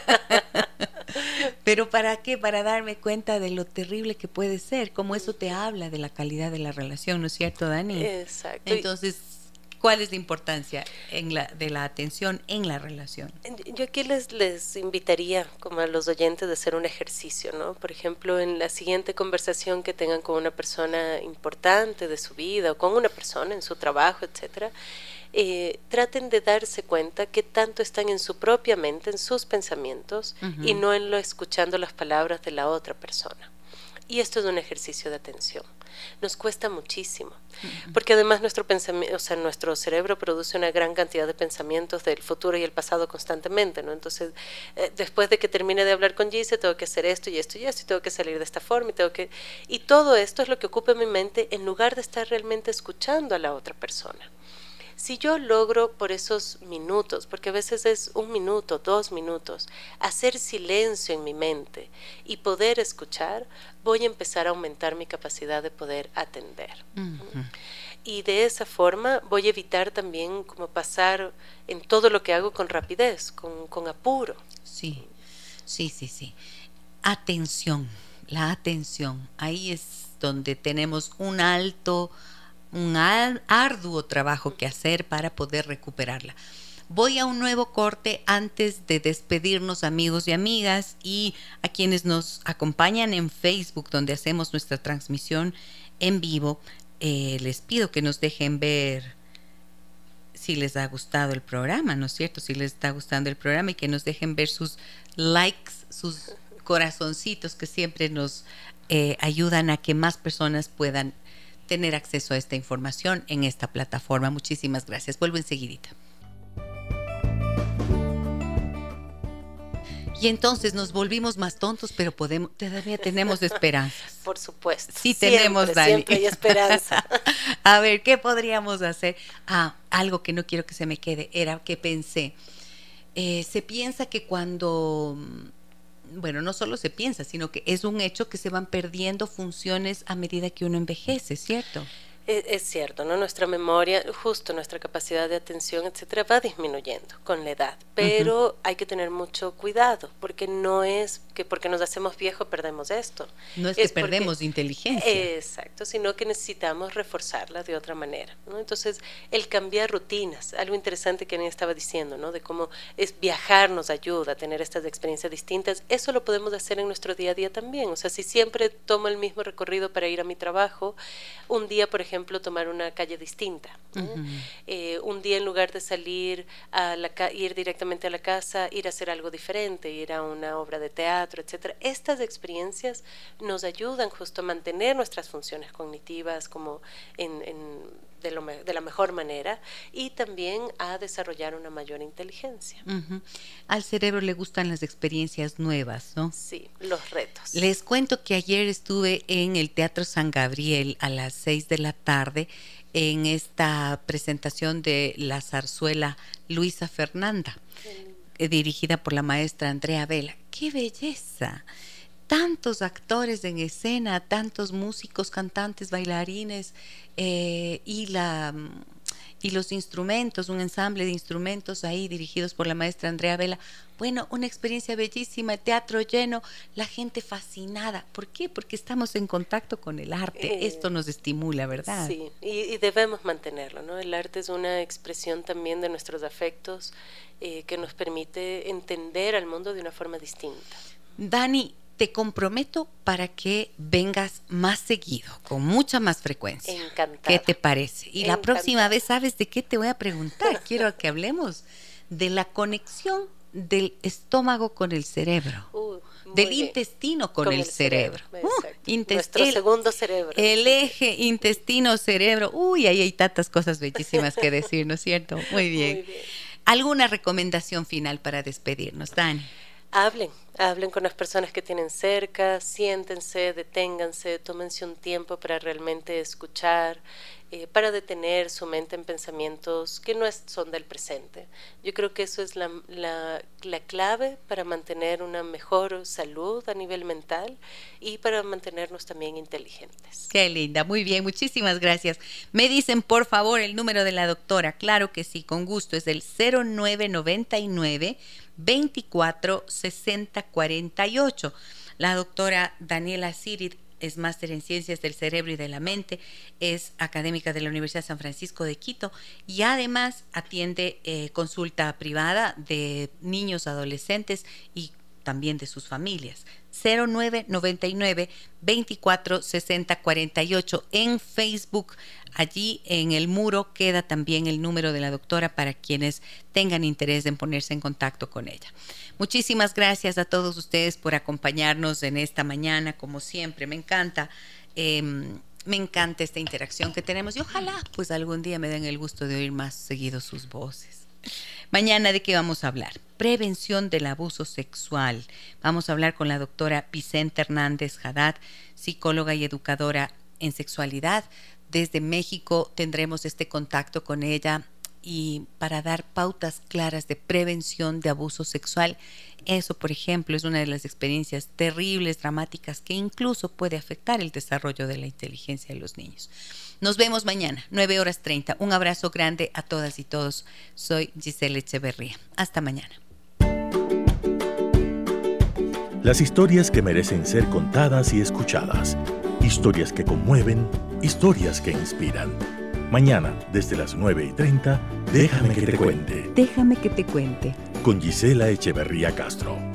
¿Pero para qué? Para darme cuenta de lo terrible que puede ser, como eso te habla de la calidad de la relación, ¿no es cierto, Dani? Exacto. Entonces, ¿cuál es la importancia de la atención en la relación? Yo aquí les invitaría, como a los oyentes, de hacer un ejercicio, ¿no? Por ejemplo, en la siguiente conversación que tengan con una persona importante de su vida o con una persona en su trabajo, etcétera, traten de darse cuenta qué tanto están en su propia mente, en sus pensamientos, y no en escuchando las palabras de la otra persona. Y esto es un ejercicio de atención. Nos cuesta muchísimo, porque además nuestro cerebro produce una gran cantidad de pensamientos del futuro y el pasado constantemente, ¿no? Entonces, después de que termine de hablar con Gise, tengo que hacer esto y esto y esto, y tengo que salir de esta forma, y todo esto es lo que ocupa mi mente en lugar de estar realmente escuchando a la otra persona. Si yo logro por esos minutos, porque a veces es 1 minuto, 2 minutos, hacer silencio en mi mente y poder escuchar, voy a empezar a aumentar mi capacidad de poder atender. Y de esa forma voy a evitar también como pasar en todo lo que hago con rapidez, con apuro. Sí. Atención, la atención. Ahí es donde tenemos un arduo trabajo que hacer para poder recuperarla. Voy a un nuevo corte antes de despedirnos, amigos y amigas, y a quienes nos acompañan en Facebook, donde hacemos nuestra transmisión en vivo. Les pido que nos dejen ver si les ha gustado el programa, ¿no es cierto? Si les está gustando el programa, y que nos dejen ver sus likes, sus corazoncitos, que siempre nos ayudan a que más personas puedan tener acceso a esta información en esta plataforma. Muchísimas gracias. Vuelvo enseguidita. Y entonces nos volvimos más tontos, pero todavía tenemos esperanzas. Por supuesto. Sí tenemos, Dani. Siempre hay esperanza. A ver, ¿qué podríamos hacer? Algo que no quiero que se me quede, era que pensé, se piensa que cuando, bueno, no solo se piensa, sino que es un hecho que se van perdiendo funciones a medida que uno envejece, ¿cierto? Es cierto, ¿no? Nuestra memoria, justo nuestra capacidad de atención, etcétera, va disminuyendo con la edad, pero hay que tener mucho cuidado, porque no es que porque nos hacemos viejos perdemos esto. No es que perdemos inteligencia. Exacto, sino que necesitamos reforzarla de otra manera, ¿no? Entonces, el cambiar rutinas, algo interesante que Annie estaba diciendo, ¿no? De cómo es viajar nos ayuda a tener estas experiencias distintas, eso lo podemos hacer en nuestro día a día también. O sea, si siempre tomo el mismo recorrido para ir a mi trabajo, un día, por ejemplo, tomar una calle distinta. Un día, en lugar de salir ir directamente a la casa, ir a hacer algo diferente, ir a una obra de teatro, etcétera. Estas experiencias nos ayudan justo a mantener nuestras funciones cognitivas como de la mejor manera y también a desarrollar una mayor inteligencia. Al cerebro le gustan las experiencias nuevas, ¿no? Sí, los retos. Les cuento que ayer estuve en el Teatro San Gabriel a las 6 de la tarde en esta presentación de la zarzuela Luisa Fernanda, dirigida por la maestra Andrea Vela. ¡Qué belleza! Tantos actores en escena, tantos músicos, cantantes, bailarines y los instrumentos, un ensamble de instrumentos ahí dirigidos por la maestra Andrea Vela. Bueno, una experiencia bellísima, el teatro lleno, la gente fascinada. ¿Por qué? Porque estamos en contacto con el arte. Esto nos estimula, ¿verdad? Sí, y debemos mantenerlo, ¿no? El arte es una expresión también de nuestros afectos que nos permite entender al mundo de una forma distinta. Dani, te comprometo para que vengas más seguido, con mucha más frecuencia. Encantada. ¿Qué te parece? Y la próxima vez, ¿sabes de qué te voy a preguntar? Quiero que hablemos de la conexión del estómago con el cerebro, del intestino con el cerebro. Nuestro segundo cerebro. El eje intestino-cerebro. Uy, ahí hay tantas cosas bellísimas que decir, ¿no es cierto? Muy bien. Muy bien. ¿Alguna recomendación final para despedirnos, Dani? Hablen con las personas que tienen cerca, siéntense, deténganse, tómense un tiempo para realmente escuchar, para detener su mente en pensamientos que no son del presente. Yo creo que eso es la clave para mantener una mejor salud a nivel mental y para mantenernos también inteligentes. Qué linda, muy bien, muchísimas gracias. Me dicen, por favor, el número de la doctora. Claro que sí, con gusto, es el 0999 24 60 48. La doctora Daniela Sirit es máster en Ciencias del Cerebro y de la Mente, es académica de la Universidad de San Francisco de Quito y además atiende consulta privada de niños, adolescentes y también de sus familias. 0999 24 60 48 en Facebook. Allí en el muro queda también el número de la doctora para quienes tengan interés en ponerse en contacto con ella. Muchísimas gracias a todos ustedes por acompañarnos en esta mañana, como siempre. Me encanta esta interacción que tenemos y ojalá pues algún día me den el gusto de oír más seguido sus voces. Mañana, ¿de qué vamos a hablar? Prevención del abuso sexual. Vamos a hablar con la doctora Vicente Hernández Haddad, psicóloga y educadora en sexualidad. Desde México tendremos este contacto con ella y para dar pautas claras de prevención de abuso sexual. Eso, por ejemplo, es una de las experiencias terribles, dramáticas, que incluso puede afectar el desarrollo de la inteligencia de los niños. Nos vemos mañana, 9:30. Un abrazo grande a todas y todos. Soy Giselle Echeverría. Hasta mañana. Las historias que merecen ser contadas y escuchadas. Historias que conmueven, historias que inspiran. Mañana, desde las 9:30, déjame que te cuente. Déjame que te cuente. Con Gisela Echeverría Castro.